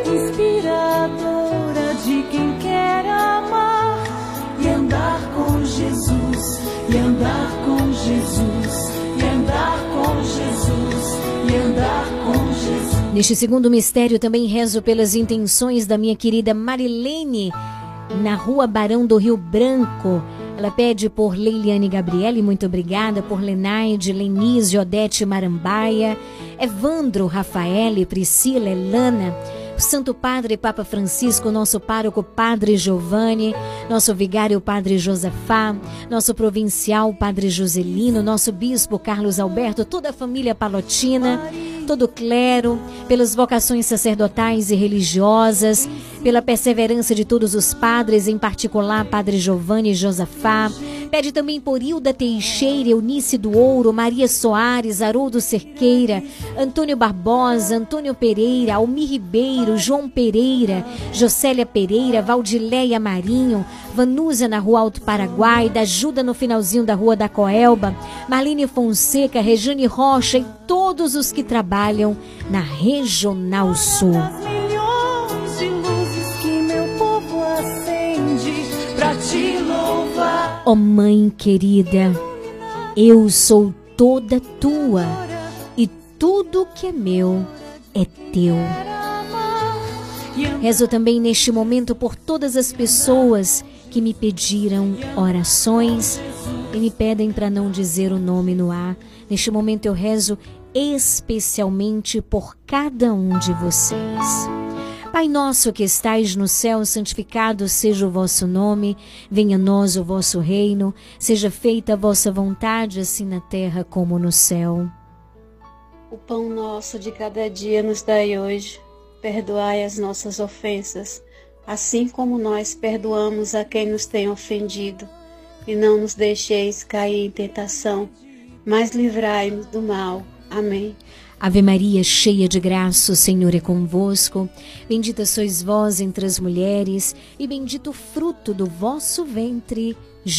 inspiradora de quem quer amar e andar com Jesus, e andar com Jesus, e andar com Jesus, e andar com Jesus. Neste segundo mistério também rezo pelas intenções da minha querida Marilene, na rua Barão do Rio Branco. Ela pede por Leiliane Gabriele, muito obrigada, por Lenaide, Lenise, Odete Marambaia, Evandro, Rafaele, Priscila, Elana, o Santo Padre Papa Francisco, nosso pároco Padre Giovanni, nosso vigário Padre Josafá, nosso provincial Padre Joselino, nosso bispo Carlos Alberto, toda a família palotina, todo o clero, pelas vocações sacerdotais e religiosas, pela perseverança de todos os padres, em particular Padre Giovanni e Josafá. Pede também por Hilda Teixeira, Eunice do Ouro, Maria Soares, Haroldo Cerqueira, Antônio Barbosa, Antônio Pereira, Almir Ribeiro, João Pereira, Jocélia Pereira, Valdileia Marinho, Vanusa na Rua Alto Paraguai, da Ajuda no finalzinho da Rua da Coelba, Marlene Fonseca, Rejane Rocha e todos os que trabalham na Regional Sul. Milhões de luzes que meu povo acende pra te louvar. Ó Mãe querida, eu sou toda tua e tudo que é meu é teu. Rezo também neste momento por todas as pessoas que me pediram orações e me pedem para não dizer o nome no ar. Neste momento eu rezo especialmente por cada um de vocês. Pai nosso que estais no céu, santificado seja o vosso nome, venha a nós o vosso reino, seja feita a vossa vontade, assim na terra como no céu. O pão nosso de cada dia nos dai hoje, perdoai as nossas ofensas, assim como nós perdoamos a quem nos tem ofendido, e não nos deixeis cair em tentação, mas livrai-nos do mal. Amém. Ave Maria, cheia de graça, o Senhor é convosco. Bendita sois vós entre as mulheres, e bendito o fruto do vosso ventre,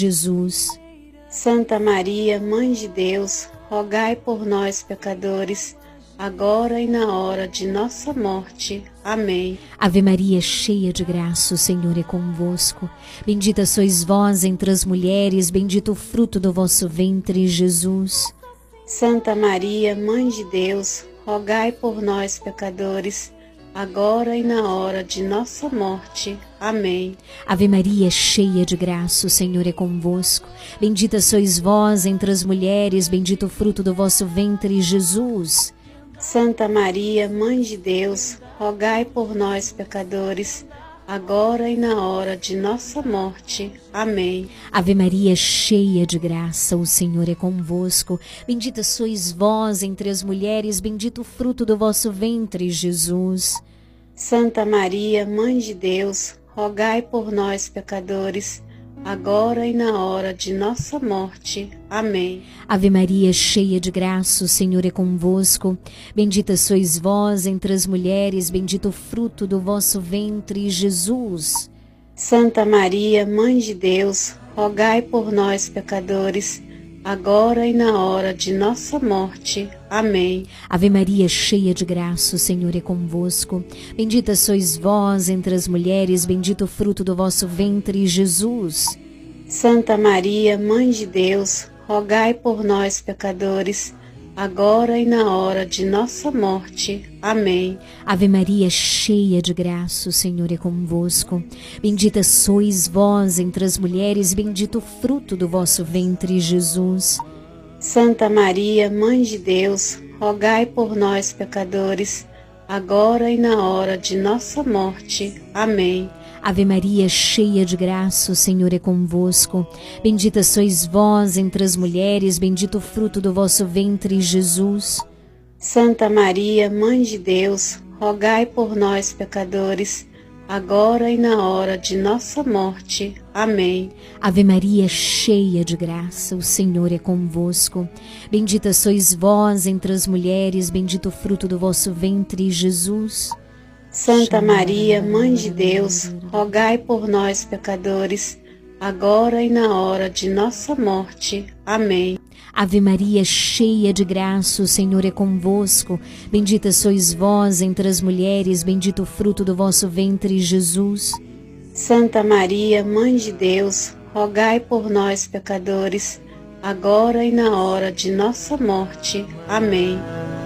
Jesus. Santa Maria, Mãe de Deus, rogai por nós, pecadores, agora e na hora de nossa morte. Amém. Ave Maria, cheia de graça, o Senhor é convosco. Bendita sois vós entre as mulheres, bendito o fruto do vosso ventre, Jesus. Santa Maria, Mãe de Deus, rogai por nós, pecadores, agora e na hora de nossa morte. Amém. Ave Maria, cheia de graça, o Senhor é convosco. Bendita sois vós entre as mulheres, bendito o fruto do vosso ventre, Jesus. Santa Maria, Mãe de Deus, rogai por nós, pecadores, agora e na hora de nossa morte. Amém. Ave Maria, cheia de graça, o Senhor é convosco. Bendita sois vós entre as mulheres, bendito o fruto do vosso ventre, Jesus. Santa Maria, Mãe de Deus, rogai por nós, pecadores, agora e na hora de nossa morte. Amém. Ave Maria, cheia de graça, o Senhor é convosco. Bendita sois vós entre as mulheres, bendito o fruto do vosso ventre, Jesus. Santa Maria, Mãe de Deus, rogai por nós, pecadores, agora e na hora de nossa morte. Amém. Ave Maria, cheia de graça, o Senhor é convosco. Bendita sois vós entre as mulheres, bendito o fruto do vosso ventre, Jesus. Santa Maria, Mãe de Deus, rogai por nós, pecadores, agora e na hora de nossa morte. Amém. Ave Maria, cheia de graça, o Senhor é convosco. Bendita sois vós entre as mulheres, bendito o fruto do vosso ventre, Jesus. Santa Maria, Mãe de Deus, rogai por nós, pecadores, agora e na hora de nossa morte. Amém. Ave Maria, cheia de graça, o Senhor é convosco. Bendita sois vós entre as mulheres, bendito o fruto do vosso ventre, Jesus. Santa Maria, Mãe de Deus, rogai por nós, pecadores, agora e na hora de nossa morte. Amém. Ave Maria, cheia de graça, o Senhor é convosco. Bendita sois vós entre as mulheres, bendito o fruto do vosso ventre, Jesus. Santa Maria, Mãe de Deus, rogai por nós, pecadores, agora e na hora de nossa morte. Amém. Ave Maria, cheia de graça, o Senhor é convosco. Bendita sois vós entre as mulheres, bendito o fruto do vosso ventre, Jesus. Santa Maria, Mãe de Deus, rogai por nós, pecadores, agora e na hora de nossa morte. Amém.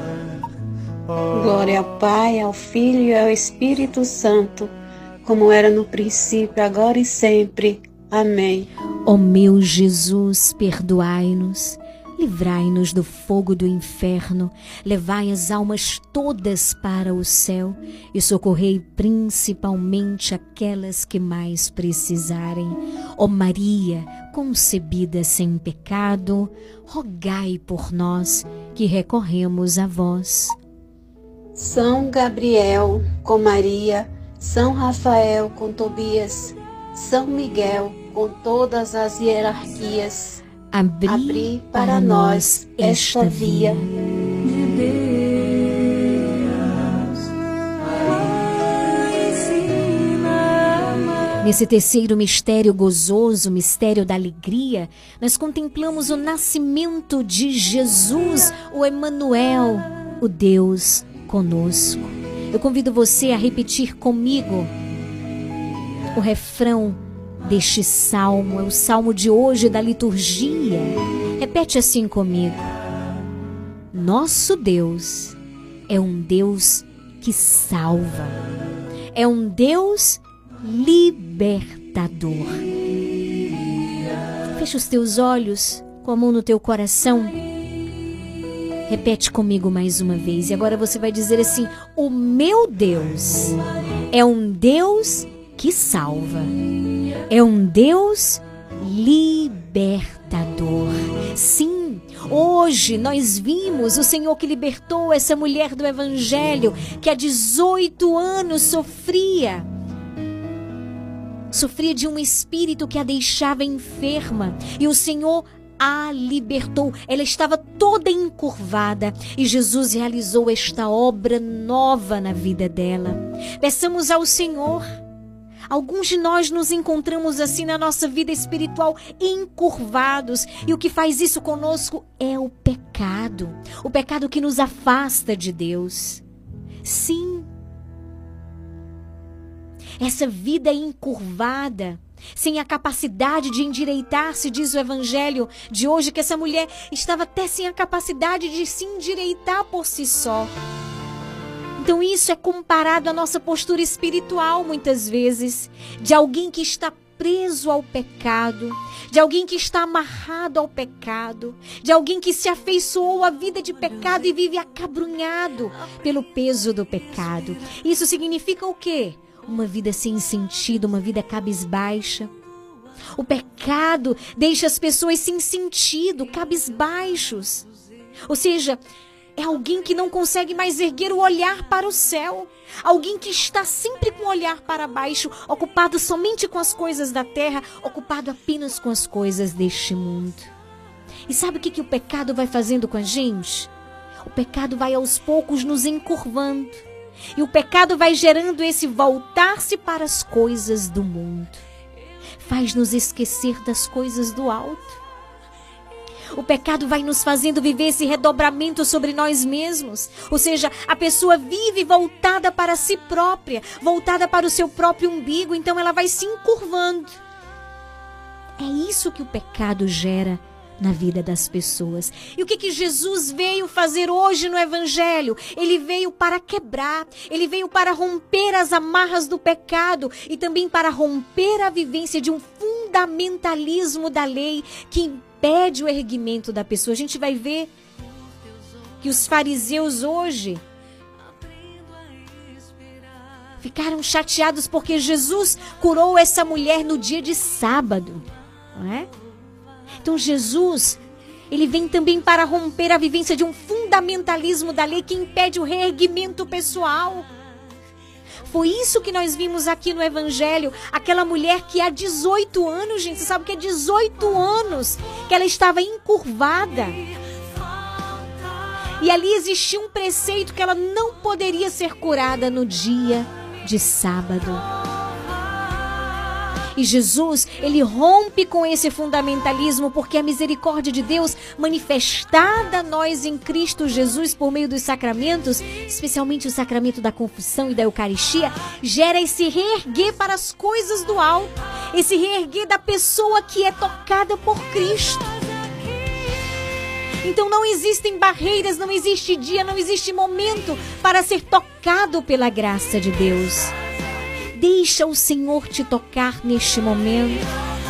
Glória ao Pai, ao Filho e ao Espírito Santo, como era no princípio, agora e sempre. Amém. Ó meu Jesus, perdoai-nos, livrai-nos do fogo do inferno, levai as almas todas para o céu e socorrei principalmente aquelas que mais precisarem. Ó Maria, concebida sem pecado, rogai por nós que recorremos a vós. São Gabriel com Maria, São Rafael com Tobias, São Miguel com todas as hierarquias, abri, abri para, para nós esta via. De Deus. Nesse terceiro mistério gozoso, mistério da alegria, nós contemplamos o nascimento de Jesus, o Emanuel, o Deus conosco. Eu convido você a repetir comigo o refrão deste salmo, é o salmo de hoje da liturgia. Repete assim comigo: nosso Deus é um Deus que salva, é um Deus libertador. Fecha os teus olhos, com a mão no teu coração. Repete comigo mais uma vez. E agora você vai dizer assim: o meu Deus é um Deus que salva. É um Deus libertador. Sim, hoje nós vimos o Senhor que libertou essa mulher do Evangelho que há dezoito anos sofria. Sofria de um espírito que a deixava enferma. E o Senhor a libertou. Ela estava toda encurvada e Jesus realizou esta obra nova na vida dela. Peçamos ao Senhor. Alguns de nós nos encontramos assim na nossa vida espiritual, encurvados, e o que faz isso conosco é o pecado. O pecado que nos afasta de Deus. Sim. Essa vida encurvada, sem a capacidade de endireitar-se, diz o evangelho de hoje, que essa mulher estava até sem a capacidade de se endireitar por si só. Então isso é comparado à nossa postura espiritual, muitas vezes, de alguém que está preso ao pecado, de alguém que está amarrado ao pecado, de alguém que se afeiçoou à vida de pecado e vive acabrunhado pelo peso do pecado. Isso significa o quê? Uma vida sem sentido, uma vida cabisbaixa. O pecado deixa as pessoas sem sentido, cabisbaixos. Ou seja, é alguém que não consegue mais erguer o olhar para o céu. Alguém que está sempre com o olhar para baixo, ocupado somente com as coisas da terra, ocupado apenas com as coisas deste mundo. E sabe o que, que o pecado vai fazendo com a gente? O pecado vai aos poucos nos encurvando. E o pecado vai gerando esse voltar-se para as coisas do mundo. Faz-nos esquecer das coisas do alto. O pecado vai nos fazendo viver esse redobramento sobre nós mesmos. Ou seja, a pessoa vive voltada para si própria, voltada para o seu próprio umbigo, então ela vai se encurvando. É isso que o pecado gera na vida das pessoas. E o que, que Jesus veio fazer hoje no Evangelho? Ele veio para quebrar, ele veio para romper as amarras do pecado e também para romper a vivência de um fundamentalismo da lei que impede o erguimento da pessoa. A gente vai ver que os fariseus hoje ficaram chateados porque Jesus curou essa mulher no dia de sábado, não é? Então Jesus, ele vem também para romper a vivência de um fundamentalismo da lei que impede o reerguimento pessoal. Foi isso que nós vimos aqui no Evangelho. Aquela mulher que há dezoito anos, gente, você sabe que é dezoito anos que ela estava encurvada. E ali existia um preceito que ela não poderia ser curada no dia de sábado. E Jesus, ele rompe com esse fundamentalismo, porque a misericórdia de Deus manifestada a nós em Cristo Jesus por meio dos sacramentos, especialmente o sacramento da confissão e da Eucaristia, gera esse reerguer para as coisas do alto, esse reerguer da pessoa que é tocada por Cristo. Então não existem barreiras, não existe dia, não existe momento para ser tocado pela graça de Deus. Deixa o Senhor te tocar neste momento.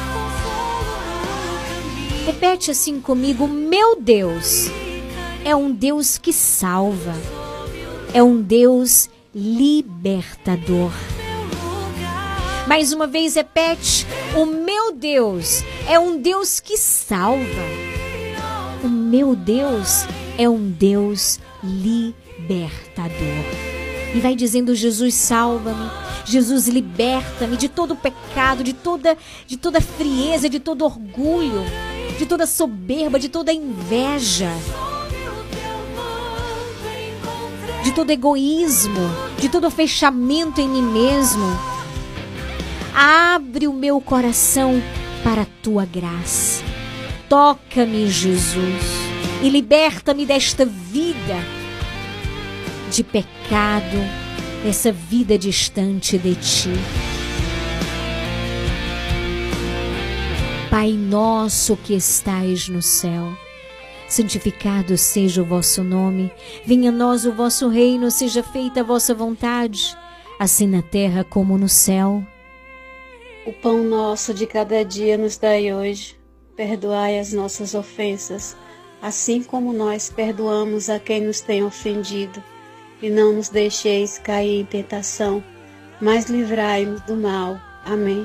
Repete assim comigo: meu Deus é um Deus que salva, é um Deus libertador. Mais uma vez repete: o meu Deus é um Deus que salva, o meu Deus é um Deus libertador. E vai dizendo: Jesus, salva-me, Jesus, liberta-me de todo o pecado, de toda, de toda frieza, de todo orgulho, de toda soberba, de toda inveja, de todo egoísmo, de todo fechamento em mim mesmo. Abre o meu coração para a tua graça. Toca-me, Jesus, e liberta-me desta vida de pecado, essa vida distante de ti. Pai nosso que estais no céu, santificado seja o vosso nome. Venha a nós o vosso reino, seja feita a vossa vontade, assim na terra como no céu. O pão nosso de cada dia nos dai hoje. Perdoai as nossas ofensas, assim como nós perdoamos a quem nos tem ofendido. E não nos deixeis cair em tentação, mas livrai-nos do mal. Amém.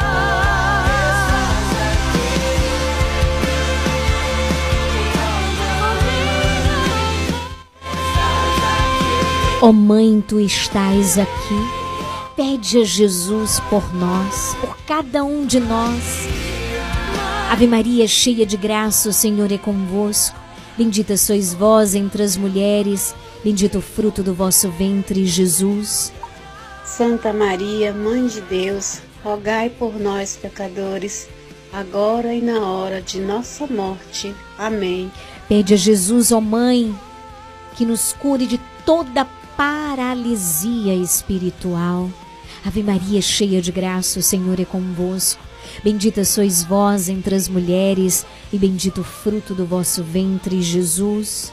Ó Mãe, tu estás aqui. Pede a Jesus por nós, por cada um de nós. Ave Maria, cheia de graça, o Senhor é convosco. Bendita sois vós entre as mulheres, bendito o fruto do vosso ventre, Jesus. Santa Maria, Mãe de Deus, rogai por nós, pecadores, agora e na hora de nossa morte. Amém. Pede a Jesus, ó Mãe, que nos cure de toda paralisia espiritual. Ave Maria, cheia de graça, o Senhor é convosco. Bendita sois vós entre as mulheres, e bendito o fruto do vosso ventre, Jesus.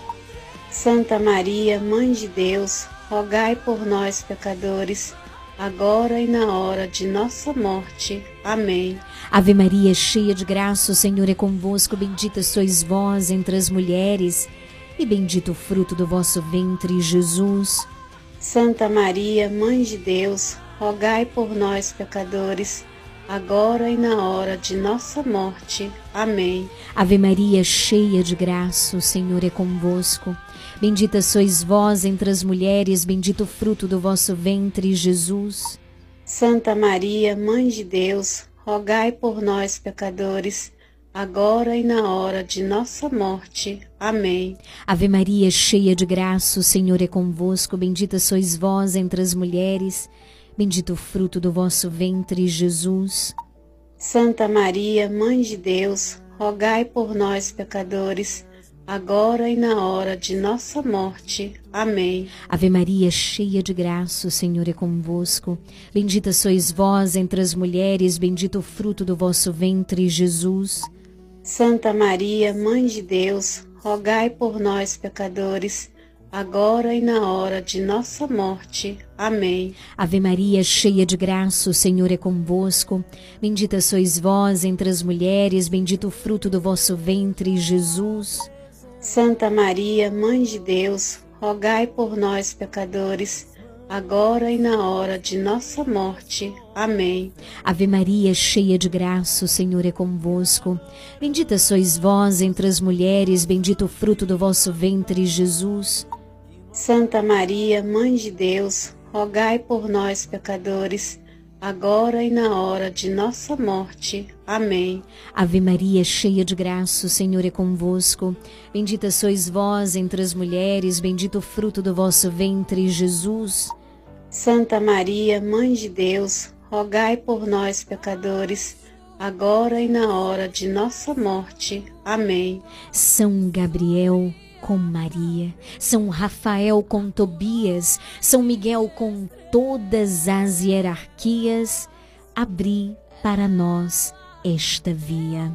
Santa Maria, Mãe de Deus, rogai por nós, pecadores, agora e na hora de nossa morte. Amém. Ave Maria, cheia de graça, o Senhor é convosco. Bendita sois vós entre as mulheres, e bendito o fruto do vosso ventre, Jesus. Santa Maria, Mãe de Deus, rogai por nós, pecadores, agora e na hora de nossa morte. Amém. Ave Maria, cheia de graça, o Senhor é convosco. Bendita sois vós entre as mulheres, bendito o fruto do vosso ventre, Jesus. Santa Maria, Mãe de Deus, rogai por nós, pecadores, agora e na hora de nossa morte. Amém. Ave Maria, cheia de graça, o Senhor é convosco. Bendita sois vós entre as mulheres, bendito o fruto do vosso ventre, Jesus. Santa Maria, Mãe de Deus, rogai por nós, pecadores, agora e na hora de nossa morte. Amém. Ave Maria, cheia de graça, o Senhor é convosco. Bendita sois vós entre as mulheres, bendito o fruto do vosso ventre, Jesus. Santa Maria, Mãe de Deus, rogai por nós, pecadores, agora e na hora de nossa morte. Amém. Ave Maria, cheia de graça, o Senhor é convosco. Bendita sois vós entre as mulheres, bendito o fruto do vosso ventre, Jesus. Santa Maria, Mãe de Deus, rogai por nós, pecadores, agora e na hora de nossa morte. Amém. Ave Maria, cheia de graça, o Senhor é convosco. Bendita sois vós entre as mulheres, bendito o fruto do vosso ventre, Jesus. Santa Maria, Mãe de Deus, rogai por nós, pecadores, agora e na hora de nossa morte. Amém. Ave Maria, cheia de graça, o Senhor é convosco. Bendita sois vós entre as mulheres, bendito o fruto do vosso ventre, Jesus. Santa Maria, Mãe de Deus, rogai por nós, pecadores, agora e na hora de nossa morte. Amém. São Gabriel com Maria, São Rafael com Tobias, São Miguel com todas as hierarquias, abri para nós esta via.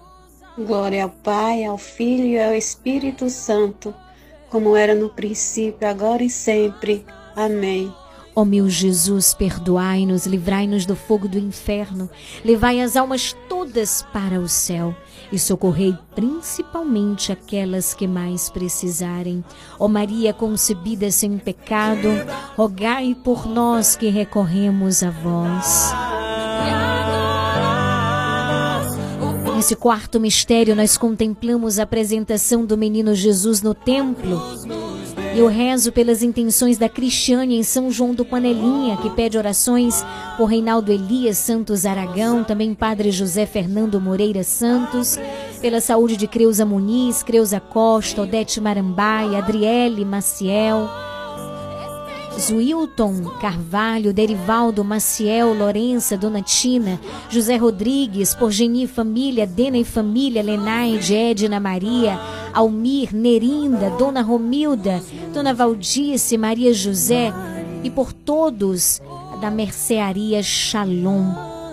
Glória ao Pai, ao Filho e ao Espírito Santo, como era no princípio, agora e sempre. Amém. Ó meu Jesus, perdoai-nos, livrai-nos do fogo do inferno, levai as almas todas para o céu e socorrei principalmente aquelas que mais precisarem. Ó Maria concebida sem pecado, rogai por nós que recorremos a vós. Nesse quarto mistério, nós contemplamos a apresentação do menino Jesus no templo. Eu rezo pelas intenções da Cristiane em São João do Panelinha, que pede orações por Reinaldo Elias Santos Aragão, também Padre José Fernando Moreira Santos, pela saúde de Creuza Muniz, Creuza Costa, Odete Marambaia, Adriele Maciel, Zuilton Carvalho, Derivaldo Maciel, Lourença, Dona Tina, José Rodrigues, por Geni Família, Dena e Família, Lenaide, Edna Maria, Almir, Nerinda, Dona Romilda, Dona Valdice, Maria José e por todos da mercearia Shalom.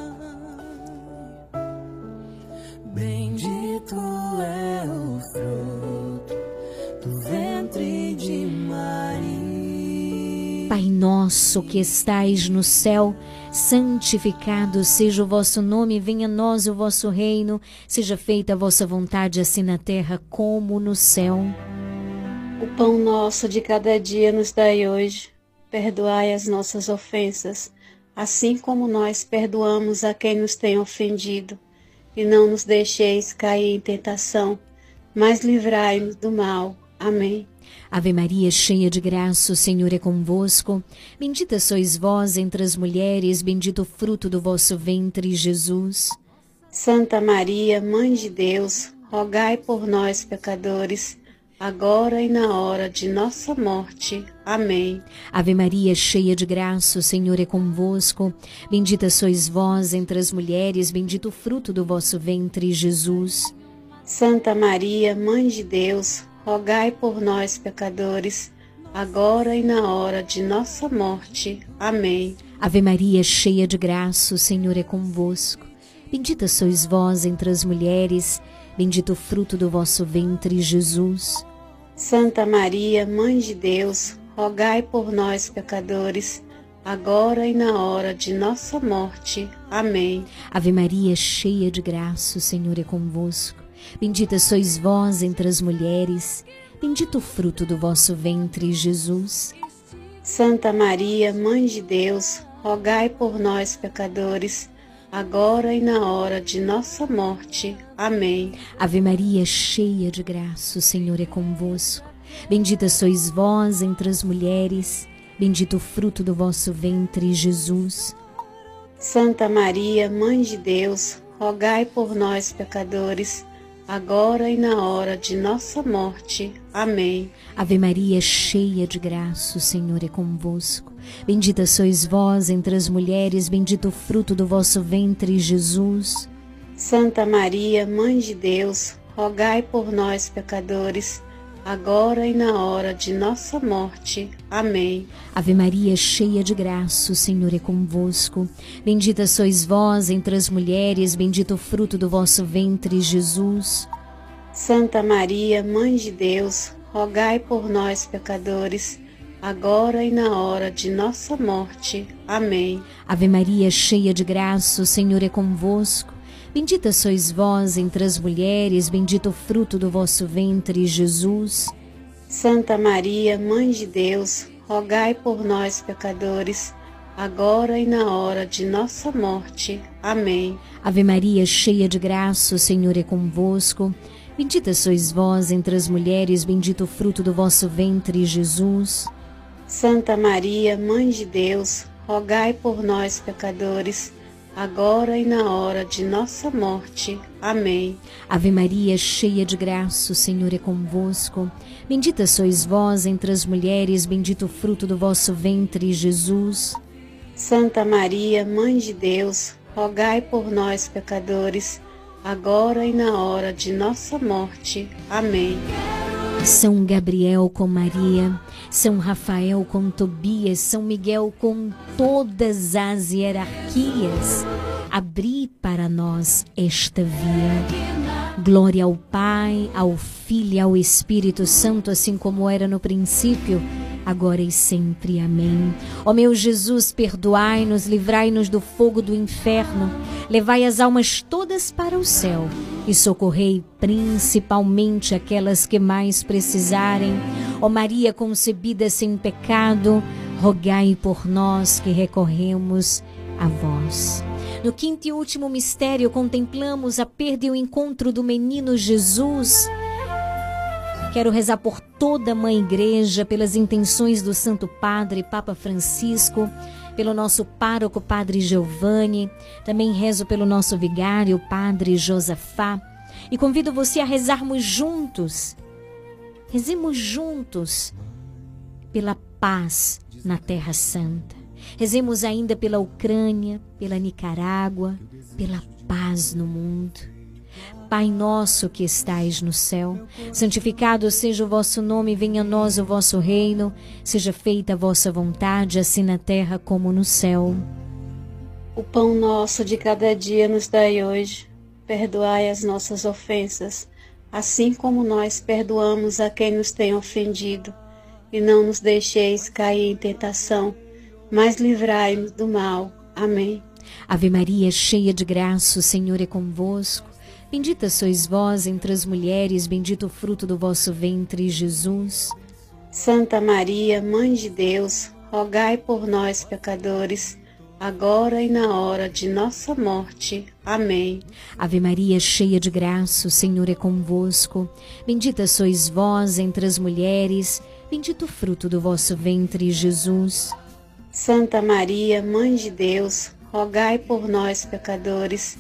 Bendito é o fruto do ventre de Maria. Pai nosso que estais no céu, santificado seja o vosso nome, venha a nós o vosso reino, seja feita a vossa vontade, assim na terra como no céu. O pão nosso de cada dia nos dai hoje, perdoai as nossas ofensas, assim como nós perdoamos a quem nos tem ofendido, e não nos deixeis cair em tentação, mas livrai-nos do mal. Amém. Ave Maria, cheia de graça, o Senhor é convosco. Bendita sois vós entre as mulheres, bendito o fruto do vosso ventre, Jesus. Santa Maria, Mãe de Deus, rogai por nós, pecadores, agora e na hora de nossa morte. Amém. Ave Maria, cheia de graça, o Senhor é convosco. Bendita sois vós entre as mulheres, bendito o fruto do vosso ventre, Jesus. Santa Maria, Mãe de Deus, rogai por nós, pecadores, agora e na hora de nossa morte. Amém. Ave Maria, cheia de graça, o Senhor é convosco. Bendita sois vós entre as mulheres, bendito o fruto do vosso ventre, Jesus. Santa Maria, Mãe de Deus, rogai por nós, pecadores, agora e na hora de nossa morte. Amém. Ave Maria, cheia de graça, o Senhor é convosco. Bendita sois vós entre as mulheres, bendito o fruto do vosso ventre, Jesus. Santa Maria, Mãe de Deus, rogai por nós, pecadores, agora e na hora de nossa morte. Amém. Ave Maria, cheia de graça, o Senhor é convosco. Bendita sois vós entre as mulheres, bendito o fruto do vosso ventre, Jesus. Santa Maria, Mãe de Deus, rogai por nós, pecadores, agora e na hora de nossa morte. Amém. Ave Maria, cheia de graça, o Senhor é convosco. Bendita sois vós entre as mulheres, bendito o fruto do vosso ventre, Jesus. Santa Maria, Mãe de Deus, rogai por nós, pecadores, agora e na hora de nossa morte. Amém. Ave Maria, cheia de graça, o Senhor é convosco. Bendita sois vós entre as mulheres, bendito o fruto do vosso ventre, Jesus. Santa Maria, Mãe de Deus, rogai por nós, pecadores, agora e na hora de nossa morte. Amém. Ave Maria, cheia de graça, o Senhor é convosco. Bendita sois vós entre as mulheres, bendito o fruto do vosso ventre, Jesus. Santa Maria, Mãe de Deus, rogai por nós, pecadores, agora e na hora de nossa morte. Amém. Ave Maria, cheia de graça, o Senhor é convosco. Bendita sois vós entre as mulheres, bendito o fruto do vosso ventre, Jesus. Santa Maria, Mãe de Deus, rogai por nós, pecadores, agora e na hora de nossa morte. Amém. Ave Maria, cheia de graça, o Senhor é convosco. Bendita sois vós entre as mulheres, bendito o fruto do vosso ventre, Jesus. Santa Maria, Mãe de Deus, rogai por nós, pecadores, agora e na hora de nossa morte. Amém. São Gabriel com Maria, São Rafael com Tobias, São Miguel com todas as hierarquias, abri para nós esta via. Glória ao Pai, ao Filho e ao Espírito Santo, assim como era no princípio, agora e sempre. Amém. Ó meu Jesus, perdoai-nos, livrai-nos do fogo do inferno, levai as almas todas para o céu e socorrei principalmente aquelas que mais precisarem. Ó Maria concebida sem pecado, rogai por nós que recorremos a vós. No quinto e último mistério, contemplamos a perda e o encontro do menino Jesus. Quero rezar por toda a Mãe Igreja, pelas intenções do Santo Padre Papa Francisco, pelo nosso pároco Padre Giovanni, também rezo pelo nosso vigário Padre Josafá, e convido você a rezarmos juntos, rezemos juntos pela paz na Terra Santa. Rezemos ainda pela Ucrânia, pela Nicarágua, pela paz no mundo. Pai nosso que estais no céu, santificado seja o vosso nome, venha a nós o vosso reino, seja feita a vossa vontade, assim na terra como no céu. O pão nosso de cada dia nos dai hoje, perdoai as nossas ofensas, assim como nós perdoamos a quem nos tem ofendido, e não nos deixeis cair em tentação, mas livrai-nos do mal. Amém. Ave Maria, cheia de graça, o Senhor é convosco. Bendita sois vós entre as mulheres, bendito o fruto do vosso ventre, Jesus. Santa Maria, Mãe de Deus, rogai por nós, pecadores, agora e na hora de nossa morte. Amém. Ave Maria, cheia de graça, o Senhor é convosco. Bendita sois vós entre as mulheres, bendito o fruto do vosso ventre, Jesus. Santa Maria, Mãe de Deus, rogai por nós, pecadores,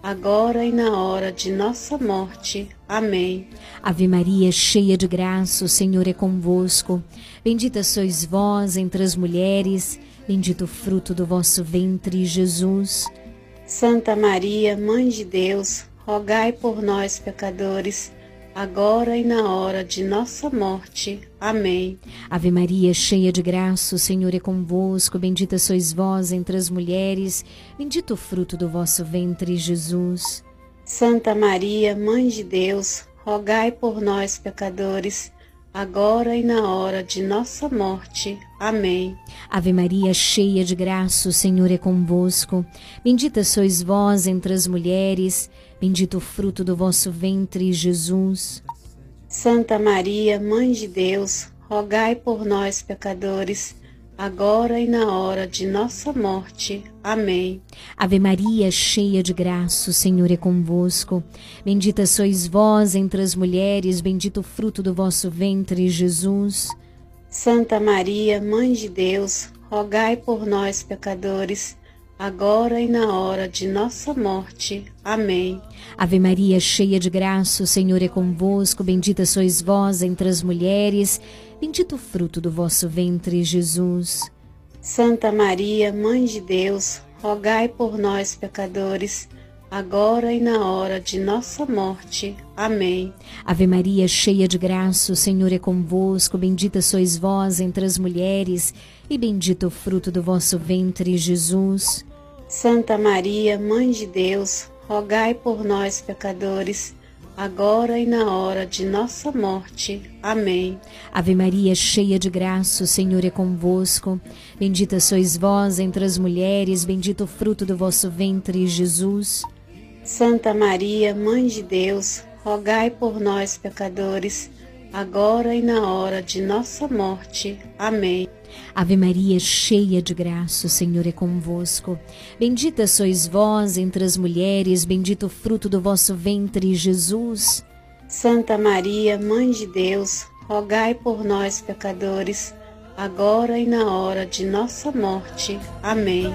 agora e na hora de nossa morte. Amém. Ave Maria, cheia de graça, o Senhor é convosco. Bendita sois vós entre as mulheres, bendito o fruto do vosso ventre, Jesus. Santa Maria, Mãe de Deus, rogai por nós, pecadores, agora e na hora de nossa morte. Amém. Ave Maria, cheia de graça, o Senhor é convosco. Bendita sois vós entre as mulheres, bendito o fruto do vosso ventre, Jesus. Santa Maria, Mãe de Deus, rogai por nós, pecadores, agora e na hora de nossa morte. Amém. Ave Maria, cheia de graça, o Senhor é convosco. Bendita sois vós entre as mulheres, bendito o fruto do vosso ventre, Jesus. Santa Maria, Mãe de Deus, rogai por nós, pecadores, agora e na hora de nossa morte. Amém. Ave Maria, cheia de graça, o Senhor é convosco. Bendita sois vós entre as mulheres, bendito o fruto do vosso ventre, Jesus. Santa Maria, Mãe de Deus, rogai por nós, pecadores, agora e na hora de nossa morte. Amém. Ave Maria, cheia de graça, o Senhor é convosco. Bendita sois vós entre as mulheres, bendito o fruto do vosso ventre, Jesus. Santa Maria, Mãe de Deus, rogai por nós, pecadores, agora e na hora de nossa morte. Amém. Ave Maria, cheia de graça, o Senhor é convosco. Bendita sois vós entre as mulheres, e bendito o fruto do vosso ventre, Jesus. Santa Maria, Mãe de Deus, rogai por nós, pecadores, agora e na hora de nossa morte. Amém. Ave Maria, cheia de graça, o Senhor é convosco. Bendita sois vós entre as mulheres, bendito o fruto do vosso ventre, Jesus. Santa Maria, Mãe de Deus, rogai por nós, pecadores, agora e na hora de nossa morte. Amém. Ave Maria, cheia de graça, o Senhor é convosco. Bendita sois vós entre as mulheres, bendito o fruto do vosso ventre, Jesus. Santa Maria, Mãe de Deus, rogai por nós, pecadores, agora e na hora de nossa morte. Amém.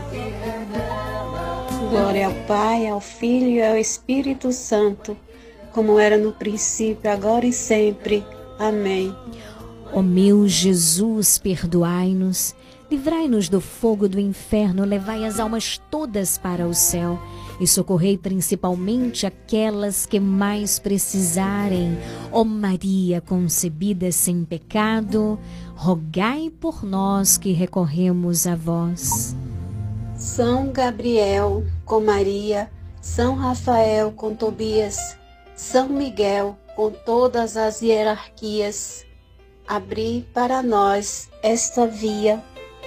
Glória ao Pai, ao Filho e ao Espírito Santo, como era no princípio, agora e sempre. Amém. Ó meu Jesus, perdoai-nos, livrai-nos do fogo do inferno, levai as almas todas para o céu e socorrei principalmente aquelas que mais precisarem. Ó Maria concebida sem pecado, rogai por nós que recorremos a vós. São Gabriel com Maria, São Rafael com Tobias, São Miguel com todas as hierarquias, abri para nós esta via.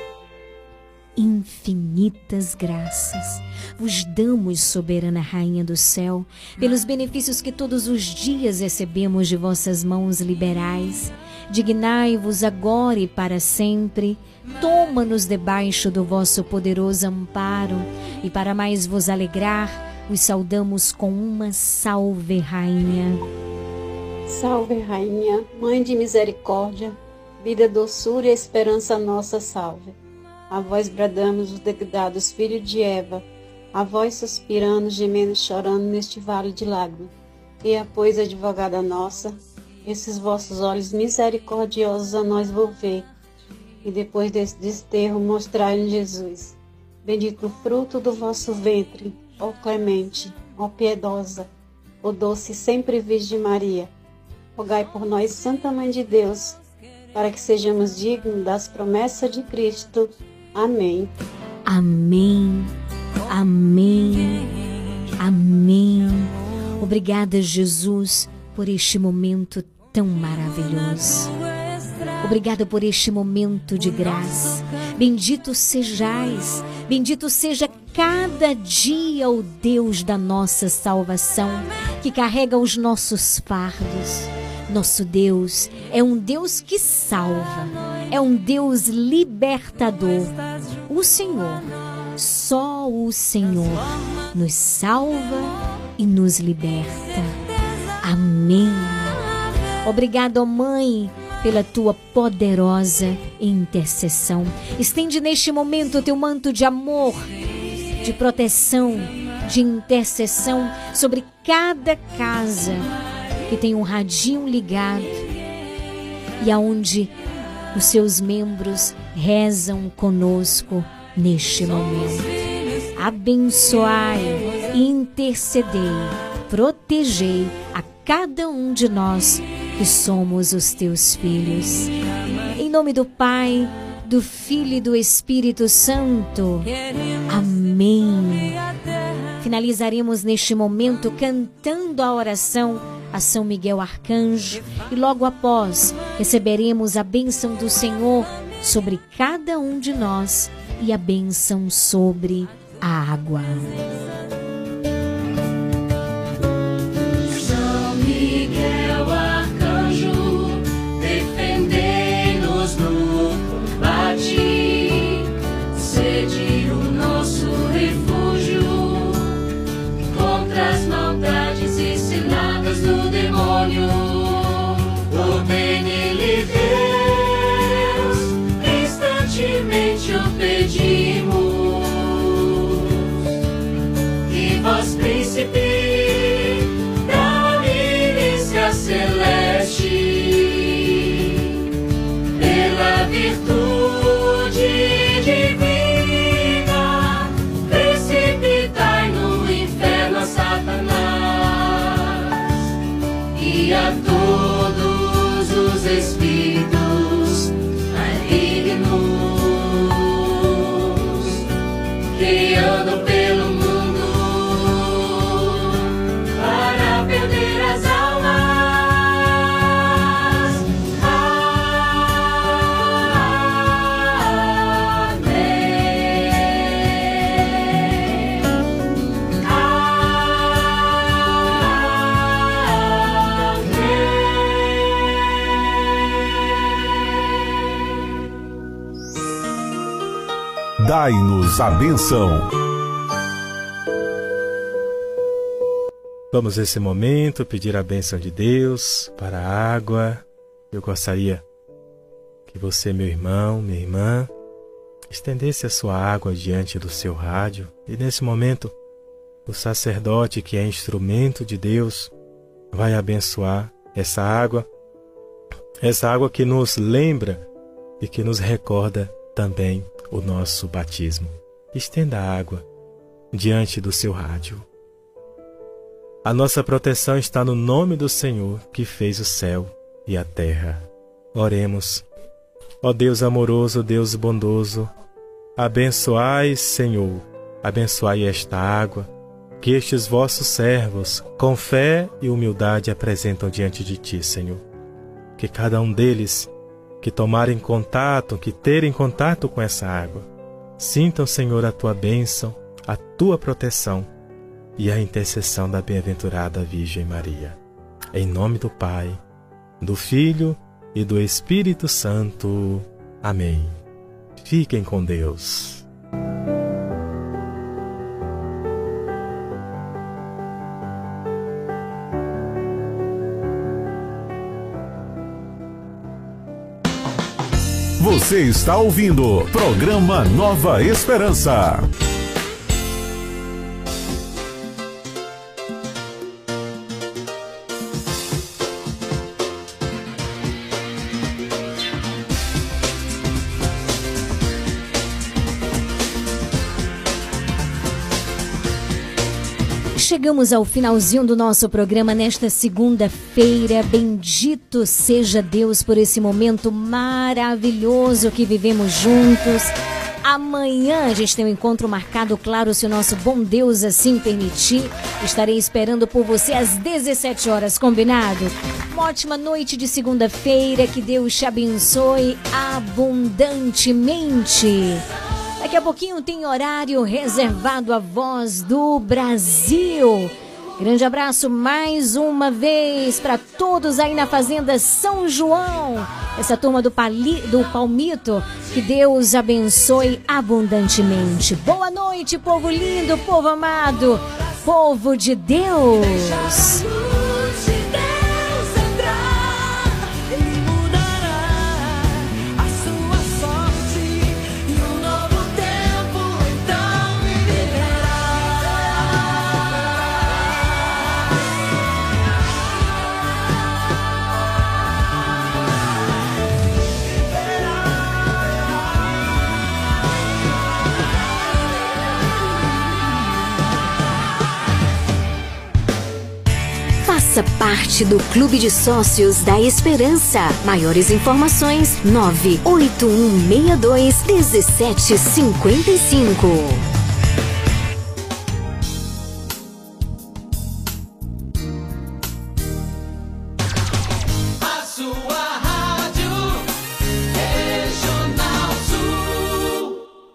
Infinitas graças vos damos, soberana Rainha do céu, pelos benefícios que todos os dias recebemos de vossas mãos liberais. Dignai-vos agora e para sempre, toma-nos debaixo do vosso poderoso amparo, e para mais vos alegrar, os saudamos com uma salve, Rainha. Salve, Rainha, Mãe de misericórdia, vida, doçura e esperança nossa, salve. A vós bradamos os degredados filhos de Eva, a vós suspirando, gemendo e chorando neste vale de lágrimas. E a pois, advogada nossa, esses vossos olhos misericordiosos a nós volvei, e depois desse desterro mostrai-nos Jesus. Bendito o fruto do vosso ventre, ó clemente, ó piedosa, ó doce e sempre Virgem Maria. Rogai por nós, Santa Mãe de Deus, para que sejamos dignos das promessas de Cristo. Amém. Amém. Amém. Amém. Obrigada, Jesus, por este momento tão maravilhoso. Obrigada por este momento de graça. Bendito sejais, bendito seja cada dia o Deus da nossa salvação, que carrega os nossos fardos. Nosso Deus é um Deus que salva, é um Deus libertador. O Senhor, só o Senhor, nos salva e nos liberta. Amém. Obrigado, ó Mãe, pela tua poderosa intercessão. Estende neste momento o teu manto de amor, de proteção, de intercessão sobre cada casa que tem um radinho ligado e aonde os seus membros rezam conosco neste momento. Abençoai, intercedei, protegei a cada um de nós que somos os teus filhos. Em nome do Pai, do Filho e do Espírito Santo. Amém. Finalizaremos neste momento cantando a oração a São Miguel Arcanjo e logo após receberemos a bênção do Senhor sobre cada um de nós e a bênção sobre a água. São Miguel Arcanjo, defendei-nos no combate, sede o nosso refúgio contra as maldades e ciladas do demônio. Ordene-lhe Deus, instantemente o pedimos. E vós, príncipe da milícia celeste, pela virtude divina, precipitai no inferno a Satanás e a todos os espíritos malignos que andam pelo mundo para perder as almas. Dai-nos a bênção. Vamos nesse momento pedir a bênção de Deus para a água. Eu gostaria que você, meu irmão, minha irmã, estendesse a sua água diante do seu rádio. E nesse momento, o sacerdote, que é instrumento de Deus, vai abençoar essa água. Essa água que nos lembra e que nos recorda também o nosso batismo. Estenda a água diante do seu rádio. A nossa proteção está no nome do Senhor, que fez o céu e a terra. Oremos. Ó Deus amoroso, Deus bondoso, abençoai, Senhor, abençoai esta água, que estes vossos servos, com fé e humildade, apresentam diante de ti, Senhor. Que cada um deles que tomarem contato, que terem contato com essa água, sintam, Senhor, a tua bênção, a tua proteção e a intercessão da bem-aventurada Virgem Maria. Em nome do Pai, do Filho e do Espírito Santo. Amém. Fiquem com Deus. Você está ouvindo Programa Nova Esperança. Chegamos ao finalzinho do nosso programa nesta segunda-feira. Bendito seja Deus por esse momento maravilhoso que vivemos juntos. Amanhã a gente tem um encontro marcado, claro, se o nosso bom Deus assim permitir. Estarei esperando por você às dezessete horas, combinado? Uma ótima noite de segunda-feira, que Deus te abençoe abundantemente. Daqui a pouquinho tem horário reservado à Voz do Brasil. Grande abraço mais uma vez para todos aí na Fazenda São João. Essa turma do, Pali, do Palmito. Que Deus abençoe abundantemente. Boa noite, povo lindo, povo amado, povo de Deus. parte do Clube de Sócios da Esperança. Maiores informações nove oito um seis dois um sete cinco cinco.